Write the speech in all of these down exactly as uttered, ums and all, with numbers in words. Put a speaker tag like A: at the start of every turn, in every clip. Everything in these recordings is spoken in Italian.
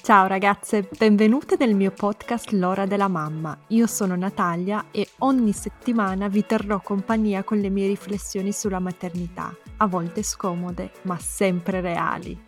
A: Ciao ragazze, benvenute nel mio podcast L'ora della mamma. Io sono Natalia e ogni settimana vi terrò compagnia con le mie riflessioni sulla maternità, a volte scomode, ma sempre reali.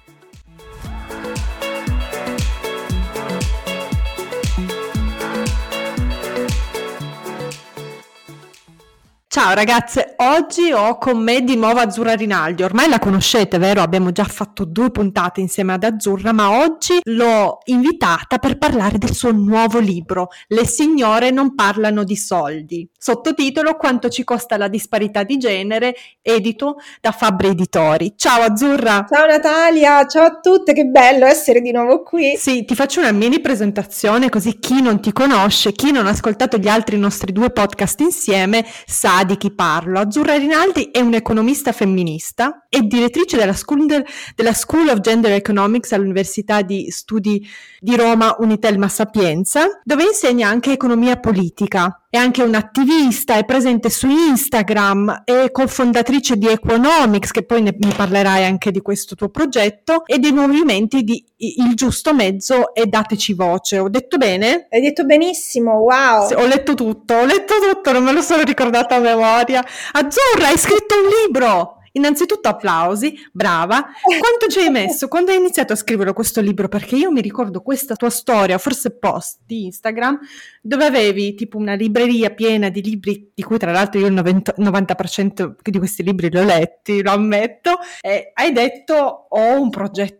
A: Ciao ragazze, oggi ho con me di nuovo Azzurra Rinaldi. Ormai la conoscete, vero? Abbiamo già fatto due puntate insieme ad Azzurra, ma oggi l'ho invitata per parlare del suo nuovo libro, Le signore non parlano di soldi. Sottotitolo Quanto ci costa la disparità di genere, edito da Fabbri Editori. Ciao Azzurra!
B: Ciao Natalia, ciao a tutte, che bello essere di nuovo qui.
A: Sì, ti faccio una mini presentazione così chi non ti conosce, chi non ha ascoltato gli altri nostri due podcast insieme sa di chi parlo. Azzurra Rinaldi è un'economista femminista e direttrice della School, della School of Gender Economics all'Università di Studi di Roma Unitelma Sapienza, dove insegna anche economia politica. È anche un'attivista, è presente su Instagram, è cofondatrice di Economics, che poi ne, mi parlerai anche di questo tuo progetto, e dei movimenti di Il Giusto Mezzo e Dateci Voce. Ho detto bene?
B: Hai detto benissimo, wow!
A: Sì, ho letto tutto, ho letto tutto, non me lo sono ricordata a memoria. Azzurra, hai scritto un libro! Innanzitutto applausi, brava. Quanto ci hai messo? Quando hai iniziato a scrivere questo libro? Perché io mi ricordo questa tua storia, forse post di Instagram, dove avevi tipo una libreria piena di libri, di cui tra l'altro io il novanta, novanta per cento di questi libri li ho letti, lo ammetto, e hai detto ho un progetto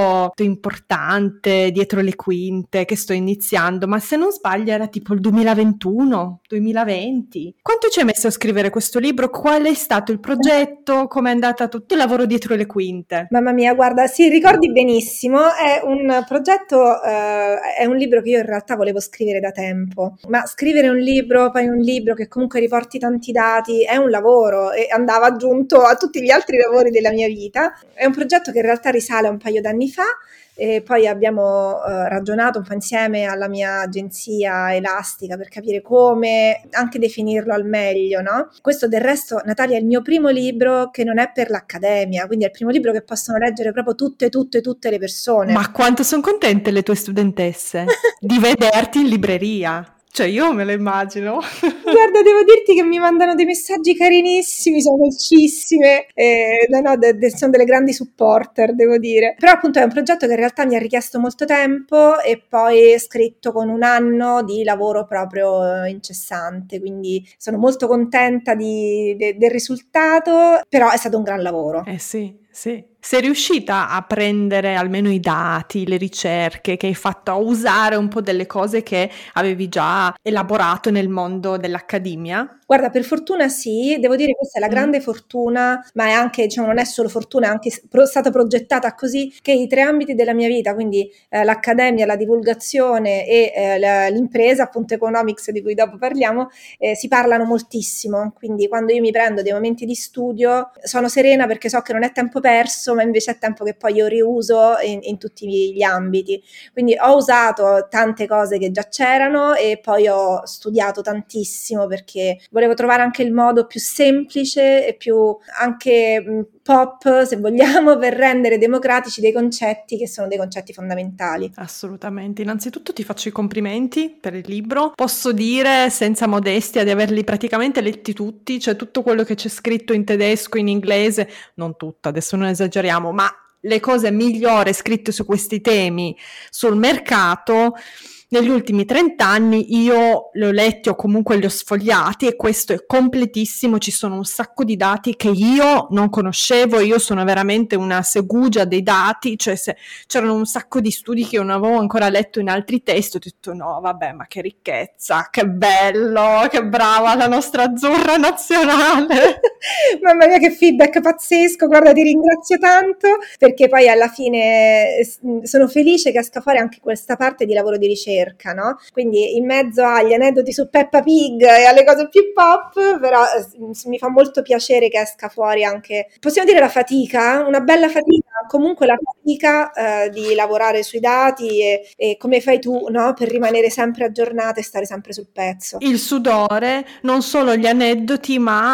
A: importante dietro le quinte che sto iniziando, ma se non sbaglio era tipo il duemilaventuno, duemilaventi. Quanto ci hai messo a scrivere questo libro? Qual è stato il progetto? Come è andata tutto il lavoro dietro le quinte?
B: Mamma mia, guarda, sì, ricordi benissimo, è un progetto, eh, è un libro che io in realtà volevo scrivere da tempo, ma scrivere un libro, poi un libro che comunque riporti tanti dati, è un lavoro e andava aggiunto a tutti gli altri lavori della mia vita. È un progetto che in realtà risale a un paio d'anni fa. E poi abbiamo eh, ragionato un po' insieme alla mia agenzia Elastica per capire come anche definirlo al meglio, no? Questo del resto, Natalia, è il mio primo libro che non è per l'accademia, quindi è il primo libro che possono leggere proprio tutte, tutte, tutte le persone.
A: Ma quanto sono contente le tue studentesse di vederti in libreria! Cioè io me lo immagino.
B: Guarda, devo dirti che mi mandano dei messaggi carinissimi, sono dolcissime, eh, no, no, de, de, sono delle grandi supporter, devo dire. Però appunto è un progetto che in realtà mi ha richiesto molto tempo e poi scritto con un anno di lavoro proprio incessante, quindi sono molto contenta di, de, del risultato, però è stato un gran lavoro.
A: Eh sì, sì. Sei riuscita a prendere almeno i dati, le ricerche che hai fatto, a usare un po' delle cose che avevi già elaborato nel mondo dell'accademia?
B: Guarda, per fortuna sì, devo dire che questa è la grande mm. fortuna, ma è anche, diciamo, non è solo fortuna, è anche pro- stata progettata così, che i tre ambiti della mia vita, quindi eh, l'accademia, la divulgazione e eh, la, l'impresa, appunto Economics, di cui dopo parliamo, eh, si parlano moltissimo, quindi quando io mi prendo dei momenti di studio sono serena perché so che non è tempo perso, ma invece è tempo che poi io riuso in, in tutti gli ambiti. Quindi ho usato tante cose che già c'erano e poi ho studiato tantissimo perché volevo trovare anche il modo più semplice e più anche mh, pop, se vogliamo, per rendere democratici dei concetti che sono dei concetti fondamentali.
A: Assolutamente. Innanzitutto ti faccio i complimenti per il libro. Posso dire senza modestia di averli praticamente letti tutti, cioè tutto quello che c'è scritto in tedesco, in inglese, non tutto, adesso non esageriamo, ma le cose migliori scritte su questi temi sul mercato negli ultimi trent'anni io li ho letti o comunque li ho sfogliati e questo è completissimo, ci sono un sacco di dati che io non conoscevo, io sono veramente una segugia dei dati, cioè se c'erano un sacco di studi che io non avevo ancora letto in altri testi, ho detto no vabbè ma che ricchezza, che bello, che brava la nostra Azzurra nazionale.
B: Mamma mia che feedback pazzesco, guarda ti ringrazio tanto perché poi alla fine sono felice che esca fuori anche questa parte di lavoro di ricerca. No? Quindi in mezzo agli aneddoti su Peppa Pig e alle cose più pop, però eh, mi fa molto piacere che esca fuori anche, possiamo dire la fatica, una bella fatica, comunque la fatica eh, di lavorare sui dati e, e come fai tu, no? Per rimanere sempre aggiornata e stare sempre sul pezzo.
A: Il sudore, non solo gli aneddoti, ma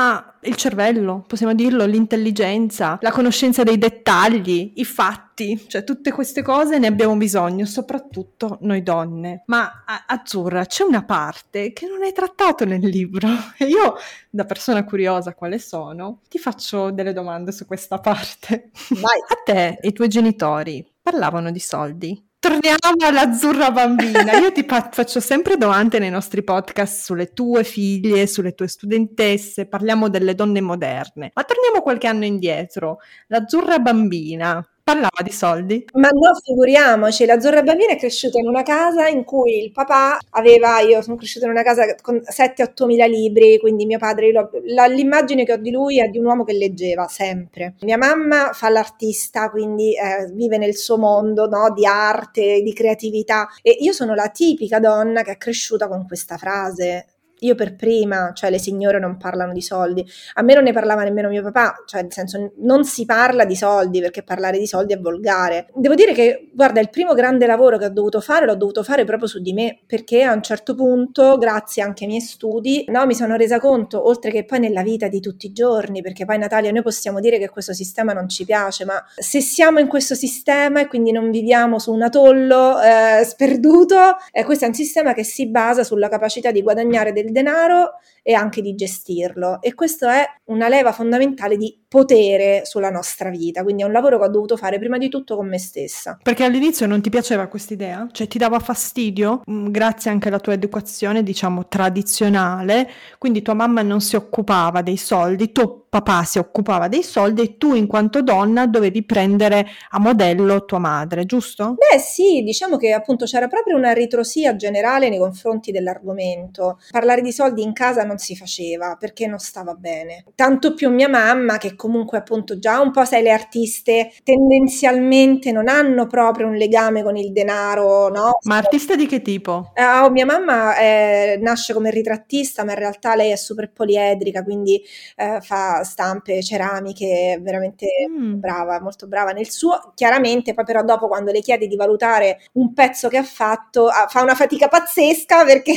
A: il cervello, possiamo dirlo, l'intelligenza, la conoscenza dei dettagli, i fatti, cioè tutte queste cose ne abbiamo bisogno, soprattutto noi donne. Ma a- Azzurra, c'è una parte che non hai trattato nel libro e io, da persona curiosa quale sono, ti faccio delle domande su questa parte.
B: Vai.
A: A te e i tuoi genitori parlavano di soldi? Torniamo all'Azzurra bambina. Io ti pa- faccio sempre domande nei nostri podcast sulle tue figlie, sulle tue studentesse, parliamo delle donne moderne. Ma torniamo qualche anno indietro. L'Azzurra bambina parlava di soldi?
B: Ma no, figuriamoci, l'Azzurra bambina è cresciuta in una casa in cui il papà aveva, io sono cresciuta in una casa con sette otto mila libri, quindi mio padre, io l'ho- la- l'immagine che ho di lui è di un uomo che leggeva sempre. Mia mamma fa l'artista, quindi eh, vive nel suo mondo, no, di arte, di creatività, e io sono la tipica donna che è cresciuta con questa frase. Io per prima, cioè le signore non parlano di soldi. A me non ne parlava nemmeno mio papà, cioè nel senso non si parla di soldi perché parlare di soldi è volgare. Devo dire che, guarda, il primo grande lavoro che ho dovuto fare l'ho dovuto fare proprio su di me, perché a un certo punto, grazie anche ai miei studi, no, mi sono resa conto, oltre che poi nella vita di tutti i giorni, perché poi Natalia, noi possiamo dire che questo sistema non ci piace, ma se siamo in questo sistema e quindi non viviamo su un atollo eh, sperduto, eh, questo è un sistema che si basa sulla capacità di guadagnare del denaro e anche di gestirlo, e questo è una leva fondamentale di potere sulla nostra vita, quindi è un lavoro che ho dovuto fare prima di tutto con me stessa.
A: Perché all'inizio non ti piaceva quest'idea? Cioè ti dava fastidio? Mm, grazie anche alla tua educazione, diciamo, tradizionale, quindi tua mamma non si occupava dei soldi, tuo papà si occupava dei soldi e tu in quanto donna dovevi prendere a modello tua madre, giusto?
B: Beh sì, diciamo che appunto c'era proprio una ritrosia generale nei confronti dell'argomento. Parlare di soldi in casa non si faceva perché non stava bene. Tanto più mia mamma, che comunque appunto già un po', sai, le artiste tendenzialmente non hanno proprio un legame con il denaro, no?
A: Ma artista di che tipo?
B: Eh, oh, mia mamma eh, nasce come ritrattista, ma in realtà lei è super poliedrica, quindi eh, fa stampe, ceramiche, è veramente
A: Mm.
B: brava, molto brava nel suo. Chiaramente poi però dopo, quando le chiedi di valutare un pezzo che ha fatto, ah, fa una fatica pazzesca perché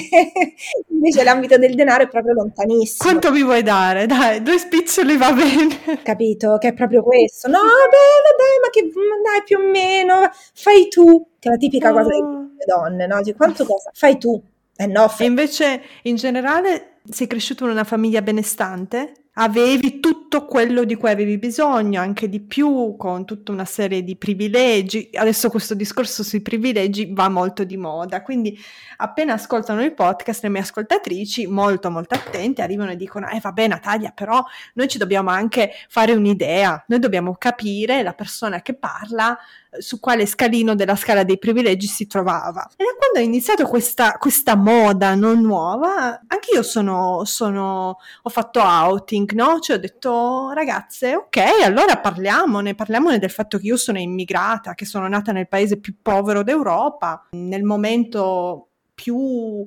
B: invece l'ambito del denaro è proprio lontanissimo.
A: Quanto mi vuoi dare? Dai, due spiccioli va bene.
B: Capito? Che è proprio questo. No, beh, vabbè, ma che ma dai, più o meno, fai tu, che è la tipica cosa che dicono
A: Oh.
B: le donne, no? Dice, quanto costa? Fai tu. Eh no,
A: E
B: fai
A: invece, in generale, sei cresciuto in una famiglia benestante? Avevi tutto quello di cui avevi bisogno, anche di più, con tutta una serie di privilegi. Adesso questo discorso sui privilegi va molto di moda, quindi appena ascoltano il podcast, le mie ascoltatrici, molto molto attente, arrivano e dicono: eh vabbè Natalia, però noi ci dobbiamo anche fare un'idea, noi dobbiamo capire la persona che parla eh, su quale scalino della scala dei privilegi si trovava. E da quando è iniziato questa, questa moda non nuova, anche io sono, sono, ho fatto outing, no? Cioè ho detto, ragazze, ok, allora parliamone, parliamone del fatto che io sono immigrata, che sono nata nel paese più povero d'Europa, nel momento più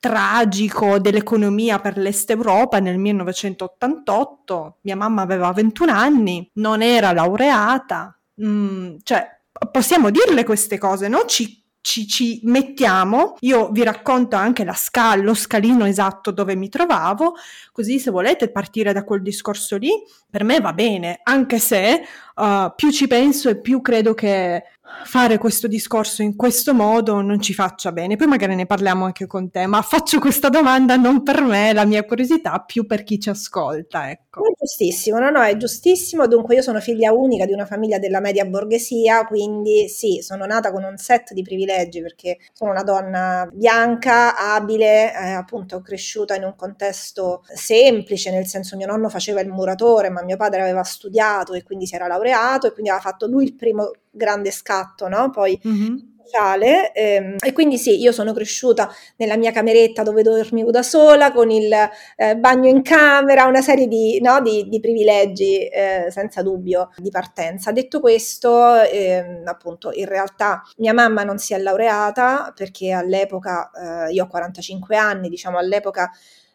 A: tragico dell'economia per l'Est Europa nel millenovecentottantotto. Mia mamma aveva ventuno anni, non era laureata, mm, cioè possiamo dirle queste cose, no? Ci Ci, ci mettiamo, io vi racconto anche la scala, lo scalino esatto dove mi trovavo, così se volete partire da quel discorso lì, per me va bene, anche se uh, più ci penso e più credo che fare questo discorso in questo modo non ci faccia bene. Poi magari ne parliamo anche con te, ma faccio questa domanda non per me, la mia curiosità, più per chi ci ascolta, ecco.
B: È giustissimo, no, no, è giustissimo. Dunque, io sono figlia unica di una famiglia della media borghesia, quindi sì, sono nata con un set di privilegi perché sono una donna bianca, abile, eh, appunto cresciuta in un contesto semplice, nel senso mio nonno faceva il muratore, ma mio padre aveva studiato e quindi si era laureato e quindi aveva fatto lui il primo grande scatto, no? Poi
A: Mm-hmm.
B: sociale, ehm, e quindi sì, io sono cresciuta nella mia cameretta dove dormivo da sola, con il eh, bagno in camera, una serie di, no, di, di privilegi eh, senza dubbio di partenza. Detto questo, ehm, appunto, in realtà mia mamma non si è laureata perché all'epoca, eh, io ho quarantacinque anni, diciamo all'epoca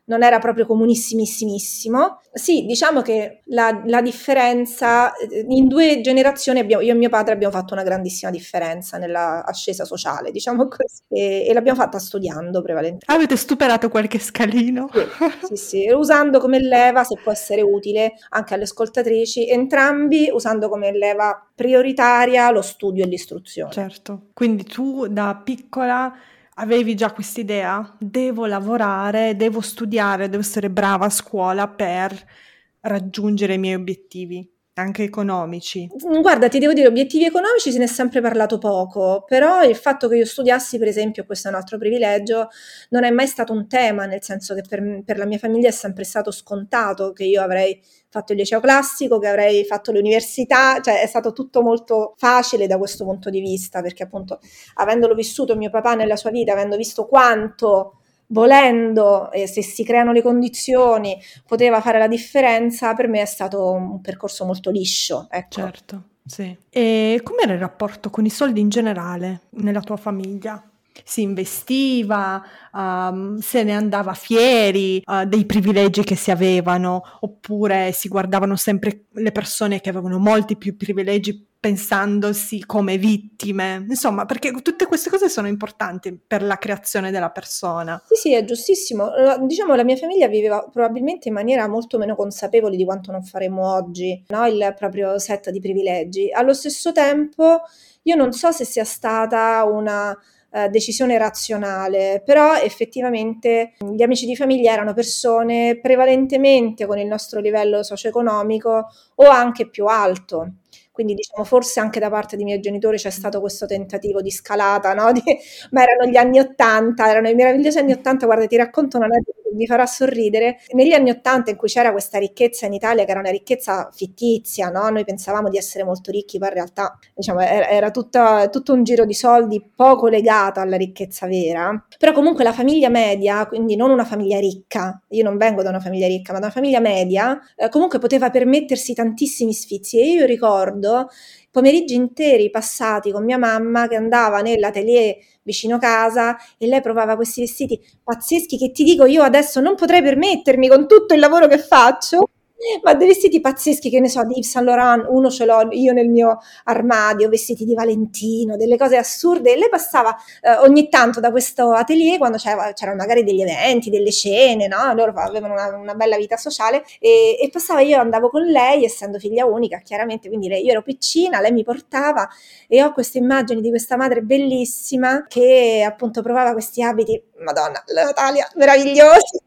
B: non era proprio comunissimissimo. Sì, diciamo che la, la differenza, in due generazioni abbiamo, io e mio padre abbiamo fatto una grandissima differenza nella ascesa sociale, diciamo così, e, e l'abbiamo fatta studiando prevalentemente.
A: Avete superato qualche scalino?
B: Sì, sì, sì, usando come leva, se può essere utile anche alle ascoltatrici, entrambi usando come leva prioritaria lo studio e l'istruzione.
A: Certo, quindi tu da piccola avevi già quest'idea? Devo lavorare, devo studiare, devo essere brava a scuola per raggiungere i miei obiettivi, anche economici.
B: Guarda, ti devo dire, obiettivi economici se ne è sempre parlato poco, però il fatto che io studiassi, per esempio, questo è un altro privilegio, non è mai stato un tema, nel senso che per, per la mia famiglia è sempre stato scontato che io avrei fatto il liceo classico, che avrei fatto l'università, cioè è stato tutto molto facile da questo punto di vista, perché appunto avendolo vissuto mio papà nella sua vita, avendo visto quanto volendo, e se si creano le condizioni, poteva fare la differenza, per me è stato un percorso molto liscio, ecco.
A: Certo, sì. E com'era il rapporto con i soldi in generale nella tua famiglia? Si investiva, um, se ne andava fieri, uh, dei privilegi che si avevano, oppure si guardavano sempre le persone che avevano molti più privilegi pensandosi come vittime, insomma, perché tutte queste cose sono importanti per la creazione della persona.
B: Sì, sì, è giustissimo. Eh, Diciamo, la mia famiglia viveva probabilmente in maniera molto meno consapevole di quanto non faremo oggi, no? Il proprio set di privilegi. Allo stesso tempo, io non so se sia stata una eh, decisione razionale, però effettivamente gli amici di famiglia erano persone prevalentemente con il nostro livello socio-economico o anche più alto. Quindi diciamo forse anche da parte dei miei genitori c'è stato questo tentativo di scalata, no? Di- ma erano gli anni ottanta, erano i meravigliosi anni ottanta, guarda, ti racconto un aneddoto che vi farà sorridere. Negli anni ottanta in cui c'era questa ricchezza in Italia, che era una ricchezza fittizia, no? Noi pensavamo di essere molto ricchi, poi in realtà diciamo, era, era tutta- tutto un giro di soldi poco legato alla ricchezza vera, però comunque la famiglia media, quindi non una famiglia ricca, io non vengo da una famiglia ricca, ma da una famiglia media, eh, comunque poteva permettersi tantissimi sfizi, e io ricordo pomeriggi interi passati con mia mamma che andava nell'atelier vicino casa e lei provava questi vestiti pazzeschi che ti dico io adesso non potrei permettermi con tutto il lavoro che faccio, ma dei vestiti pazzeschi, che ne so, di Yves Saint Laurent, uno ce l'ho io nel mio armadio, vestiti di Valentino, delle cose assurde, e lei passava eh, ogni tanto da questo atelier quando c'era, c'erano magari degli eventi, delle cene, no? Loro avevano una, una bella vita sociale, e, e passava, io andavo con lei, essendo figlia unica chiaramente, quindi lei, io ero piccina, lei mi portava, e ho queste immagini di questa madre bellissima che appunto provava questi abiti, Madonna, la Natalia, meravigliosi.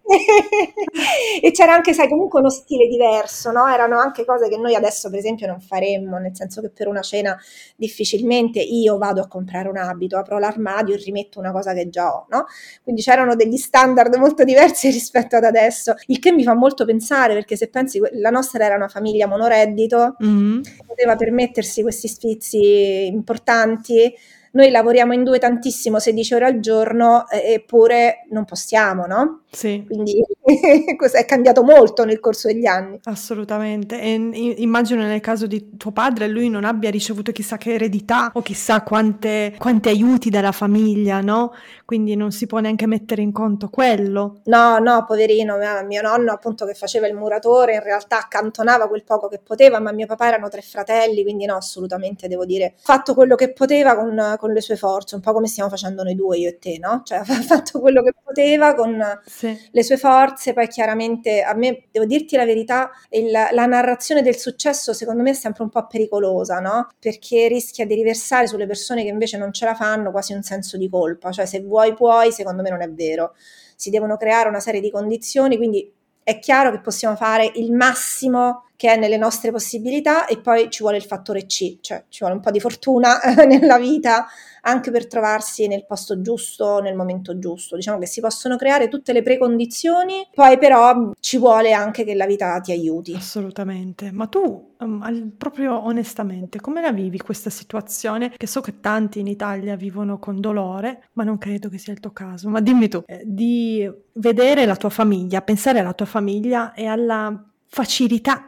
B: E c'era anche, sai, comunque uno stile diverso, no? Erano anche cose che noi adesso per esempio non faremmo, nel senso che per una cena difficilmente io vado a comprare un abito, apro l'armadio e rimetto una cosa che già ho, no? Quindi c'erano degli standard molto diversi rispetto ad adesso, il che mi fa molto pensare, perché se pensi, la nostra era una famiglia monoreddito,
A: Mm.
B: poteva permettersi questi sfizi importanti. Noi lavoriamo in due tantissimo, sedici ore al giorno, eh, eppure non possiamo, no?
A: Sì.
B: Quindi questo è cambiato molto nel corso degli anni.
A: Assolutamente, e n- i- immagino nel caso di tuo padre lui non abbia ricevuto chissà che eredità o chissà quante, quanti aiuti dalla famiglia, no? Quindi non si può neanche mettere in conto quello.
B: No, no, poverino, mia- mio nonno appunto che faceva il muratore in realtà accantonava quel poco che poteva, ma mio papà erano tre fratelli, quindi no, assolutamente devo dire, ha fatto quello che poteva con, con le sue forze, un po' come stiamo facendo noi due, io e te, no? Cioè ha fatto quello che poteva con
A: Sì,
B: le sue forze, poi chiaramente a me, devo dirti la verità, il- la narrazione del successo secondo me è sempre un po' pericolosa, no? Perché rischia di riversare sulle persone che invece non ce la fanno quasi un senso di colpa, cioè se vuoi puoi, secondo me non è vero. Si devono creare una serie di condizioni, quindi è chiaro che possiamo fare il massimo che è nelle nostre possibilità, e poi ci vuole il fattore C, cioè ci vuole un po' di fortuna nella vita anche per trovarsi nel posto giusto, nel momento giusto. Diciamo che si possono creare tutte le precondizioni, poi però ci vuole anche che la vita ti aiuti.
A: assolutamente. Ma tu, um, al- proprio onestamente, come la vivi questa situazione? Che so che tanti in Italia vivono con dolore, ma non credo che sia il tuo caso. Ma dimmi tu, eh, di vedere la tua famiglia, pensare alla tua famiglia e alla facilità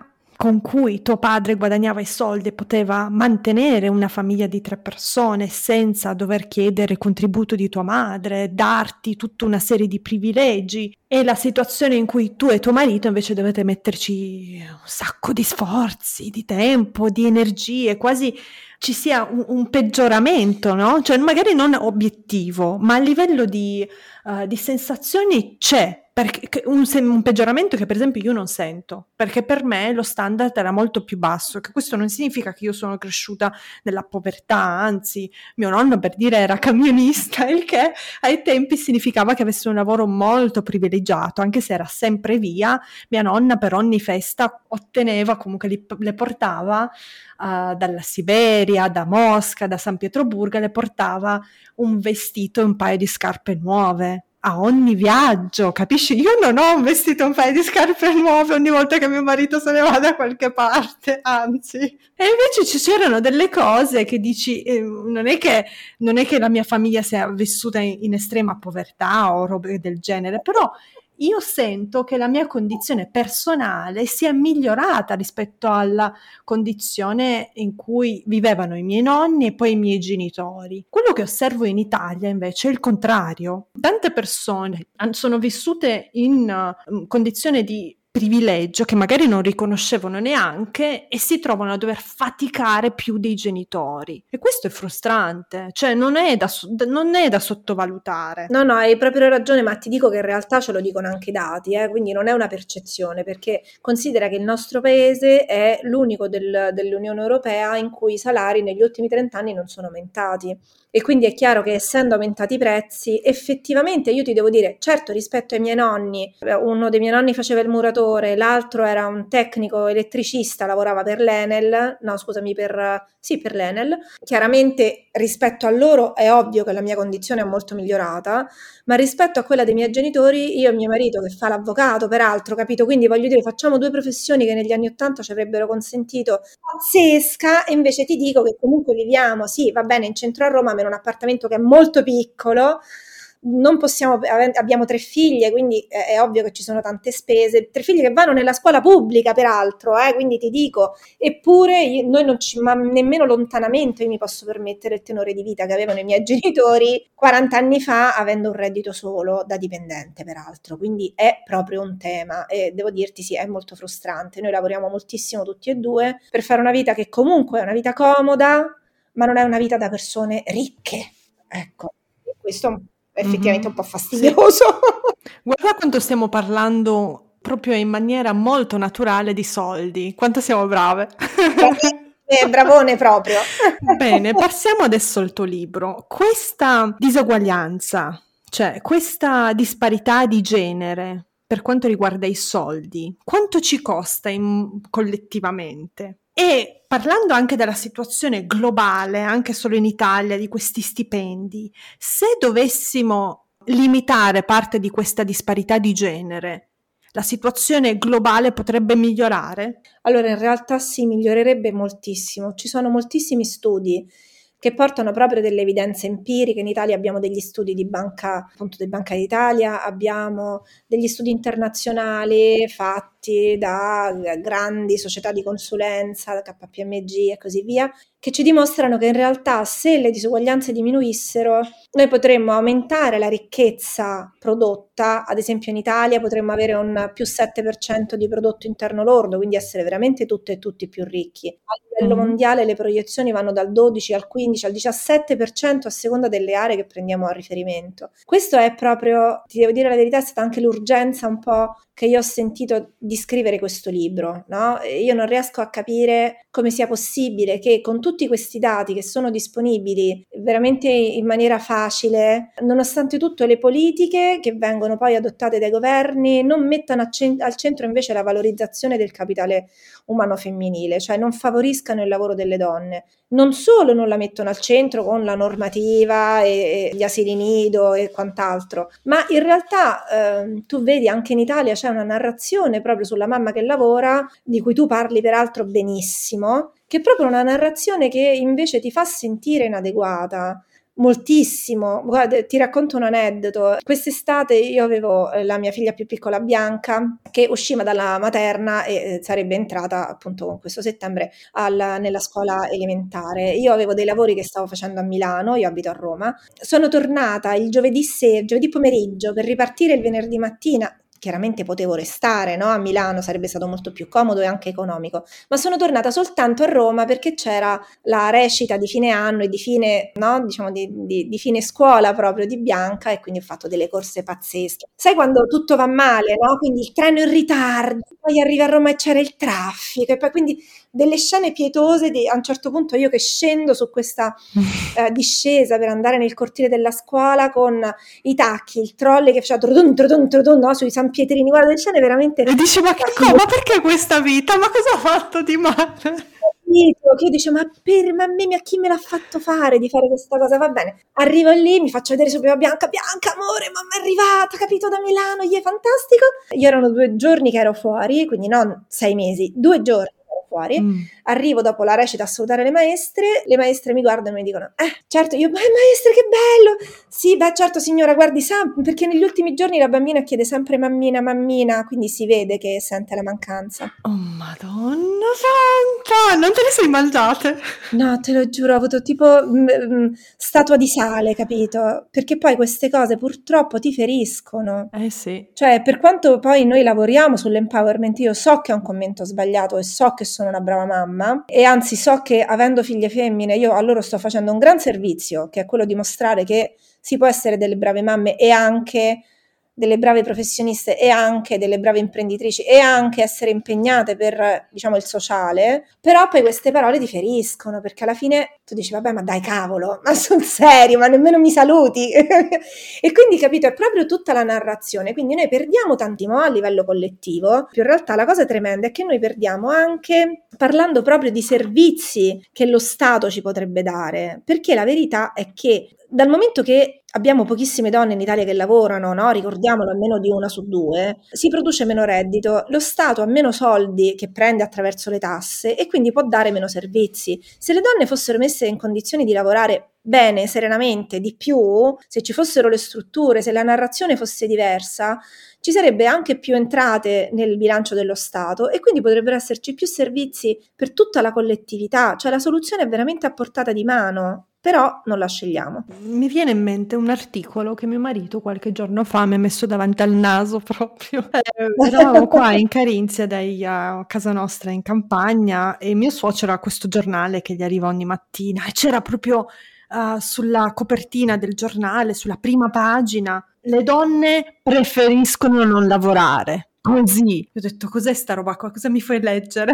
A: con cui tuo padre guadagnava i soldi e poteva mantenere una famiglia di tre persone senza dover chiedere contributo di tua madre, darti tutta una serie di privilegi, e la situazione in cui tu e tuo marito invece dovete metterci un sacco di sforzi, di tempo, di energie, quasi ci sia un, un peggioramento, no? Cioè magari non obiettivo, ma a livello di, uh, di sensazioni c'è. Perché un, un peggioramento che per esempio io non sento, perché per me lo standard era molto più basso, che questo non significa che io sono cresciuta nella povertà, anzi mio nonno per dire era camionista, il che ai tempi significava che avesse un lavoro molto privilegiato, anche se era sempre via. Mia nonna per ogni festa otteneva, comunque li, le portava uh, dalla Siberia, da Mosca, da San Pietroburgo, le portava un vestito e un paio di scarpe nuove a ogni viaggio, capisci? Io non ho un vestito, un paio di scarpe nuove ogni volta che mio marito se ne va da qualche parte, anzi. E invece ci c'erano delle cose che dici, eh, non è che, non è che la mia famiglia sia vissuta in, in estrema povertà o robe del genere, però io sento che la mia condizione personale sia migliorata rispetto alla condizione in cui vivevano i miei nonni e poi i miei genitori. Quello che osservo in Italia invece è il contrario. Tante persone sono vissute in uh, condizione di privilegio che magari non riconoscevano neanche e si trovano a dover faticare più dei genitori, e questo è frustrante, cioè non è da, non è da sottovalutare.
B: No, no, hai proprio ragione, ma ti dico che in realtà ce lo dicono anche i dati, eh? Quindi non è una percezione, perché considera che il nostro paese è l'unico del, dell'Unione Europea in cui i salari negli ultimi trenta anni non sono aumentati, e quindi è chiaro che essendo aumentati i prezzi, effettivamente io ti devo dire, certo rispetto ai miei nonni, uno dei miei nonni faceva il muratore, l'altro era un tecnico elettricista, lavorava per l'Enel, no scusami, per, sì, per l'Enel, chiaramente rispetto a loro è ovvio che la mia condizione è molto migliorata, ma rispetto a quella dei miei genitori, io e mio marito che fa l'avvocato, peraltro, capito? Quindi voglio dire, facciamo due professioni che negli anni Ottanta ci avrebbero consentito pazzesca, e invece ti dico che comunque viviamo, sì, va bene, in centro a Roma, ma in un appartamento che è molto piccolo, non possiamo, abbiamo tre figlie, quindi è, è ovvio che ci sono tante spese, tre figlie che vanno nella scuola pubblica peraltro, eh, quindi ti dico, eppure io, noi non ci, ma nemmeno lontanamente io mi posso permettere il tenore di vita che avevano i miei genitori quaranta anni fa, avendo un reddito solo da dipendente peraltro, quindi è proprio un tema, e devo dirti sì, è molto frustrante. Noi lavoriamo moltissimo tutti e due per fare una vita che comunque è una vita comoda, ma non è una vita da persone ricche, ecco, e questo effettivamente mm-hmm. un po' fastidioso.
A: Sì. Guarda quanto stiamo parlando proprio in maniera molto naturale di soldi, quanto siamo brave.
B: Eh, bravone proprio.
A: Bene, passiamo adesso al tuo libro. Questa diseguaglianza, cioè questa disparità di genere per quanto riguarda i soldi, quanto ci costa in, collettivamente? E parlando anche della situazione globale, anche solo in Italia, di questi stipendi, se dovessimo limitare parte di questa disparità di genere, la situazione globale potrebbe migliorare?
B: Allora, in realtà sì, migliorerebbe moltissimo. Ci sono moltissimi studi che portano proprio delle evidenze empiriche. In Italia abbiamo degli studi di banca, appunto di Banca d'Italia, abbiamo degli studi internazionali fatti da grandi società di consulenza, da K P M G e così via, che ci dimostrano che in realtà se le disuguaglianze diminuissero, noi potremmo aumentare la ricchezza prodotta. Ad esempio in Italia potremmo avere un più sette per cento di prodotto interno lordo, quindi essere veramente tutte e tutti più ricchi. A livello mm-hmm. mondiale le proiezioni vanno dal dodici al quindici al diciassette per cento a seconda delle aree che prendiamo a riferimento. Questo è proprio, ti devo dire la verità, è stata anche l'urgenza un po' che io ho sentito di scrivere questo libro, no? Io non riesco a capire come sia possibile che con tutti questi dati che sono disponibili veramente in maniera facile, nonostante tutto le politiche che vengono poi adottate dai governi non mettano al centro invece la valorizzazione del capitale umano femminile, cioè non favoriscano il lavoro delle donne. Non solo non la mettono al centro con la normativa e, e gli asili nido e quant'altro, ma in realtà eh, tu vedi anche in Italia c'è una narrazione proprio sulla mamma che lavora, di cui tu parli peraltro benissimo, che è proprio una narrazione che invece ti fa sentire inadeguata. moltissimo. Guarda, ti racconto un aneddoto. Quest'estate io avevo la mia figlia più piccola Bianca che usciva dalla materna e sarebbe entrata appunto questo settembre al, nella scuola elementare. Io avevo dei lavori che stavo facendo a Milano, io abito a Roma. Sono tornata il giovedì sera, giovedì pomeriggio per ripartire il venerdì mattina. Chiaramente potevo restare, no? A Milano sarebbe stato molto più comodo e anche economico, ma sono tornata soltanto a Roma perché c'era la recita di fine anno e di fine, no? Diciamo di, di, di fine scuola proprio di Bianca, e quindi ho fatto delle corse pazzesche. Sai quando tutto va male, no? Quindi il treno in ritardo, poi arrivi a Roma e c'era il traffico, e poi quindi delle scene pietose di, a un certo punto io che scendo su questa eh, discesa per andare nel cortile della scuola con i tacchi, il trolley che faceva trudun, trudun, trudun, no? Sui San Pietrini, guarda, delle scene veramente...
A: E dici, ma che cosa? Ma perché questa vita? Ma cosa ho fatto di male?
B: Che io dicevo, ma per ma me, a chi me l'ha fatto fare di fare questa cosa? Va bene, arrivo lì, mi faccio vedere subito Bianca, Bianca amore, mamma è arrivata, capito, da Milano, gli è fantastico. Io erano due giorni che ero fuori, quindi non sei mesi, due giorni che ero fuori. Mm. Arrivo dopo la recita a salutare le maestre, le maestre mi guardano e mi dicono, eh certo, io, ma maestre che bello, sì beh certo signora, guardi sa, perché negli ultimi giorni la bambina chiede sempre mammina, mammina, quindi si vede che sente la mancanza.
A: Oh madonna santa, non te le sei mangiate?
B: No, te lo giuro, ho avuto tipo mh, statua di sale, capito? Perché poi queste cose purtroppo ti feriscono.
A: Eh sì.
B: Cioè, per quanto poi noi lavoriamo sull'empowerment, io so che è un commento sbagliato e so che sono una brava mamma, e anzi so che avendo figlie femmine io a loro sto facendo un gran servizio, che è quello di mostrare che si può essere delle brave mamme e anche delle brave professioniste e anche delle brave imprenditrici e anche essere impegnate per, diciamo, il sociale. Però poi queste parole ti feriscono, perché alla fine tu dici vabbè, ma dai cavolo, ma sul serio, ma nemmeno mi saluti. E quindi, capito, è proprio tutta la narrazione, quindi noi perdiamo tanti mo' a livello collettivo. In realtà la cosa tremenda è che noi perdiamo anche parlando proprio di servizi che lo Stato ci potrebbe dare, perché la verità è che dal momento che abbiamo pochissime donne in Italia che lavorano, no? Ricordiamolo, almeno di una su due, si produce meno reddito, lo Stato ha meno soldi che prende attraverso le tasse e quindi può dare meno servizi. Se le donne fossero messe in condizioni di lavorare bene, serenamente, di più, se ci fossero le strutture, se la narrazione fosse diversa, ci sarebbe anche più entrate nel bilancio dello Stato e quindi potrebbero esserci più servizi per tutta la collettività, cioè la soluzione è veramente a portata di mano. Però non la scegliamo.
A: Mi viene in mente un articolo che mio marito qualche giorno fa mi ha messo davanti al naso proprio. Eh, eravamo qua in Carinzia, dai, a casa nostra in campagna, e mio suocero ha questo giornale che gli arriva ogni mattina e c'era proprio uh, sulla copertina del giornale, sulla prima pagina, le donne preferiscono non lavorare. Così, ho detto cos'è sta roba qua, cosa mi fai leggere?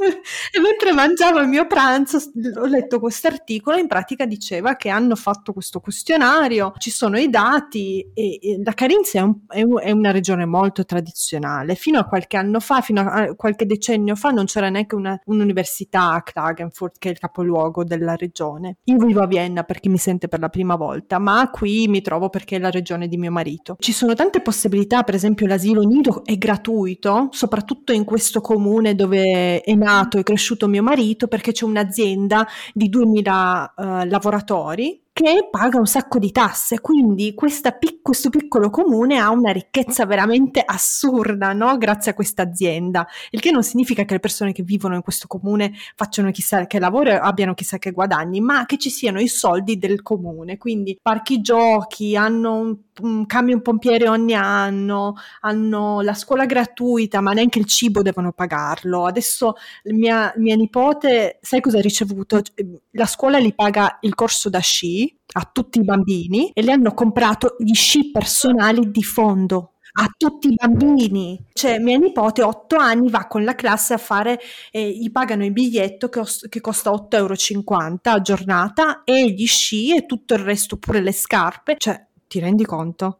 A: E mentre mangiavo il mio pranzo ho letto questo articolo, in pratica diceva che hanno fatto questo questionario, ci sono i dati e, e la Carinzia è, un, è, un, è una regione molto tradizionale, fino a qualche anno fa, fino a qualche decennio fa non c'era neanche una, un'università a Klagenfurt, che è il capoluogo della regione. Io vivo a Vienna per chi mi sente per la prima volta, ma qui mi trovo perché è la regione di mio marito. Ci sono tante possibilità, per esempio l'asilo nido è gratuito, soprattutto in questo comune dove è nato e cresciuto mio marito, perché c'è un'azienda di duemila uh, lavoratori che paga un sacco di tasse, quindi questa pic- questo piccolo comune ha una ricchezza veramente assurda, no? Grazie a questa azienda, il che non significa che le persone che vivono in questo comune facciano chissà che lavoro e abbiano chissà che guadagni, ma che ci siano i soldi del comune, quindi parchi giochi, hanno un, un camion pompiere ogni anno, hanno la scuola gratuita, ma neanche il cibo devono pagarlo. Adesso mia, mia nipote, sai cosa ha ricevuto? La scuola gli paga il corso da sci a tutti i bambini e le hanno comprato gli sci personali di fondo a tutti i bambini. Cioè mia nipote otto anni va con la classe a fare, eh, gli pagano il biglietto che, os- che costa otto euro e cinquanta a giornata e gli sci e tutto il resto, pure le scarpe, cioè ti rendi conto?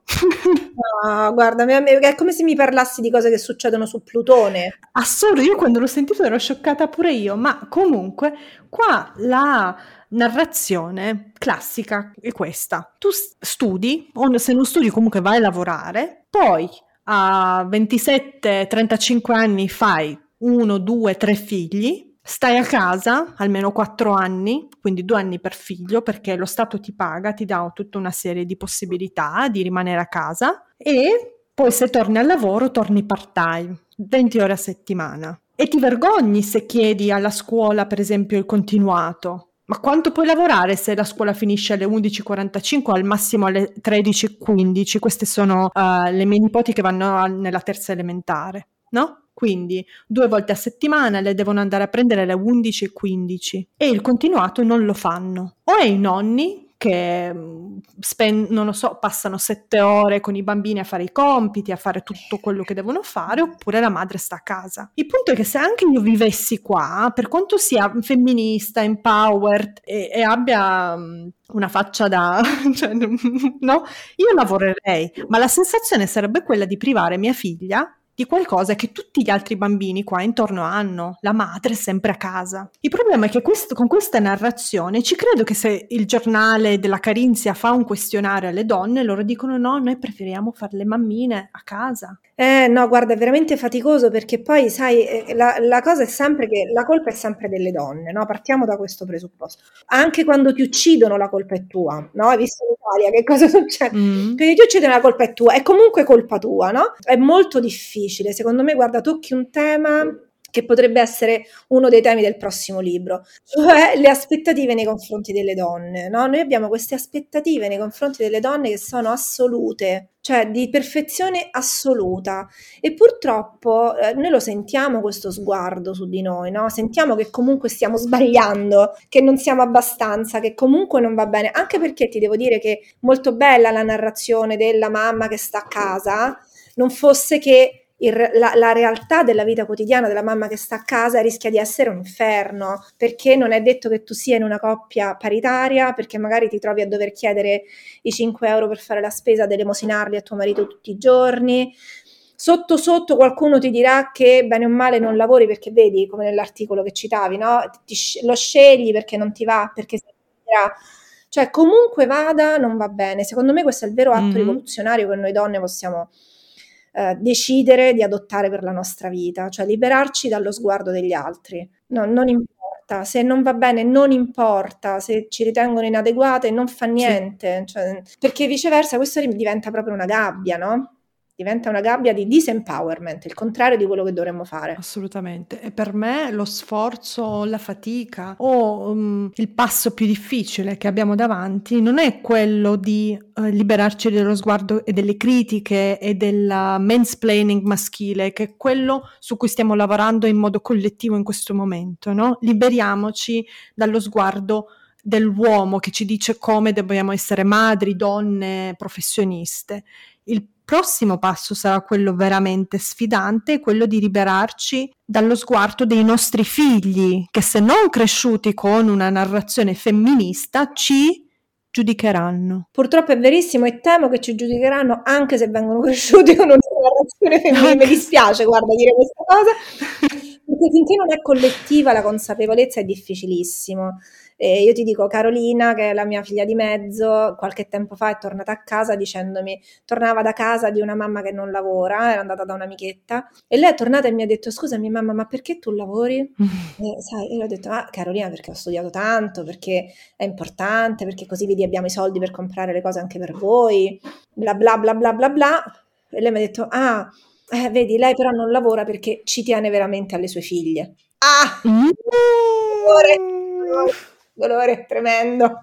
B: No, guarda, è come se mi parlassi di cose che succedono su Plutone.
A: Assurdo, io quando l'ho sentito ero scioccata pure io, ma comunque qua la narrazione classica è questa: tu studi, o se non studi comunque vai a lavorare, poi a ventisette trentacinque anni fai uno, due, tre figli stai a casa almeno quattro anni, quindi due anni per figlio, perché lo Stato ti paga, ti dà tutta una serie di possibilità di rimanere a casa, e poi se torni al lavoro torni part-time, venti ore a settimana. E ti vergogni se chiedi alla scuola, per esempio, il continuato. Ma quanto puoi lavorare se la scuola finisce alle undici e quarantacinque o al massimo alle tredici e quindici? Queste sono uh, le mie nipoti che vanno a, nella terza elementare, no? Quindi due volte a settimana le devono andare a prendere alle undici e quindici e il continuato non lo fanno. O è i nonni che spend, non lo so, passano sette ore con i bambini a fare i compiti, a fare tutto quello che devono fare, oppure la madre sta a casa. Il punto è che se anche io vivessi qua, per quanto sia femminista, empowered e, e abbia una faccia da... cioè, no? Io lavorerei, ma la sensazione sarebbe quella di privare mia figlia di qualcosa che tutti gli altri bambini qua intorno hanno, la madre è sempre a casa. Il problema è che questo, con questa narrazione ci credo che se il giornale della Carinzia fa un questionario alle donne, loro dicono no, noi preferiamo fare le mammine a casa.
B: Eh no, guarda, è veramente faticoso, perché poi sai, la, la cosa è sempre che la colpa è sempre delle donne, no? Partiamo da questo presupposto. Anche quando ti uccidono la colpa è tua, no? Hai visto in Italia che cosa succede? Mm. Perché ti uccidono la colpa è tua, è comunque colpa tua, no? È molto difficile, secondo me, guarda, tocchi un tema che potrebbe essere uno dei temi del prossimo libro, cioè le aspettative nei confronti delle donne, no? Noi abbiamo queste aspettative nei confronti delle donne che sono assolute, cioè di perfezione assoluta, e purtroppo eh, noi lo sentiamo questo sguardo su di noi, no? Sentiamo che comunque stiamo sbagliando, che non siamo abbastanza, che comunque non va bene, anche perché ti devo dire che molto bella la narrazione della mamma che sta a casa, non fosse che Il, la, la realtà della vita quotidiana della mamma che sta a casa rischia di essere un inferno, perché non è detto che tu sia in una coppia paritaria, perché magari ti trovi a dover chiedere i cinque euro per fare la spesa, ad elemosinarli a tuo marito tutti i giorni. Sotto sotto qualcuno ti dirà che bene o male non lavori, perché vedi, come nell'articolo che citavi, no? Ti, lo scegli perché non ti va, perché si dirà. Cioè comunque vada non va bene. Secondo me questo è il vero atto mm-hmm. rivoluzionario che noi donne possiamo Eh, decidere di adottare per la nostra vita, cioè liberarci dallo sguardo degli altri. No, non importa, se non va bene non importa, se ci ritengono inadeguate non fa niente, sì. Cioè, perché viceversa questo diventa proprio una gabbia, no? Diventa una gabbia di disempowerment, il contrario di quello che dovremmo fare.
A: Assolutamente. E per me lo sforzo, la fatica o um, il passo più difficile che abbiamo davanti non è quello di uh, liberarci dello sguardo e delle critiche e del mansplaining maschile, che è quello su cui stiamo lavorando in modo collettivo in questo momento, no? Liberiamoci dallo sguardo dell'uomo che ci dice come dobbiamo essere madri, donne, professioniste. Il prossimo passo sarà quello veramente sfidante, quello di liberarci dallo sguardo dei nostri figli, che se non cresciuti con una narrazione femminista ci giudicheranno.
B: Purtroppo è verissimo, e temo che ci giudicheranno anche se vengono cresciuti con una narrazione femminile. Mi dispiace, guarda, dire questa cosa, perché finché non è collettiva la consapevolezza è difficilissimo. E io ti dico, Carolina, che è la mia figlia di mezzo, qualche tempo fa è tornata a casa dicendomi, tornava da casa di una mamma che non lavora, era andata da un'amichetta, e lei è tornata e mi ha detto, scusami mamma, ma perché tu lavori? E, sai, io le ho detto, ah Carolina, perché ho studiato tanto, perché è importante, perché così vedi abbiamo i soldi per comprare le cose anche per voi, bla bla bla bla bla bla. E lei mi ha detto, ah, eh, vedi, lei però non lavora perché ci tiene veramente alle sue figlie. Ah! Mm. Dolore, dolore. dolore tremendo,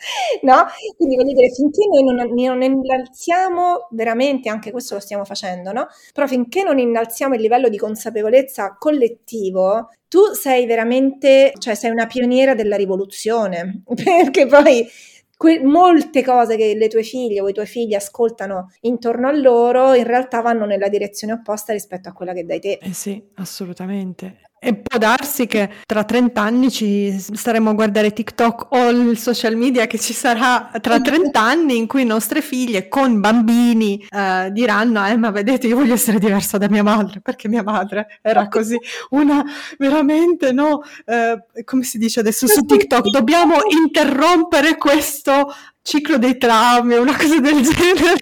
B: no? Quindi voglio dire, finché noi non, non innalziamo veramente, anche questo lo stiamo facendo, no? Però finché non innalziamo il livello di consapevolezza collettivo, tu sei veramente, cioè sei una pioniera della rivoluzione, perché poi que- molte cose che le tue figlie o i tuoi figli ascoltano intorno a loro in realtà vanno nella direzione opposta rispetto a quella che dai te.
A: Eh sì, assolutamente. E può darsi che tra trenta anni ci staremo a guardare TikTok o il social media che ci sarà tra trenta anni, in cui nostre figlie con bambini eh, diranno eh ma vedete, io voglio essere diversa da mia madre, perché mia madre era così, una veramente, no, eh, come si dice adesso su TikTok, dobbiamo interrompere questo ciclo dei traumi, una cosa del genere.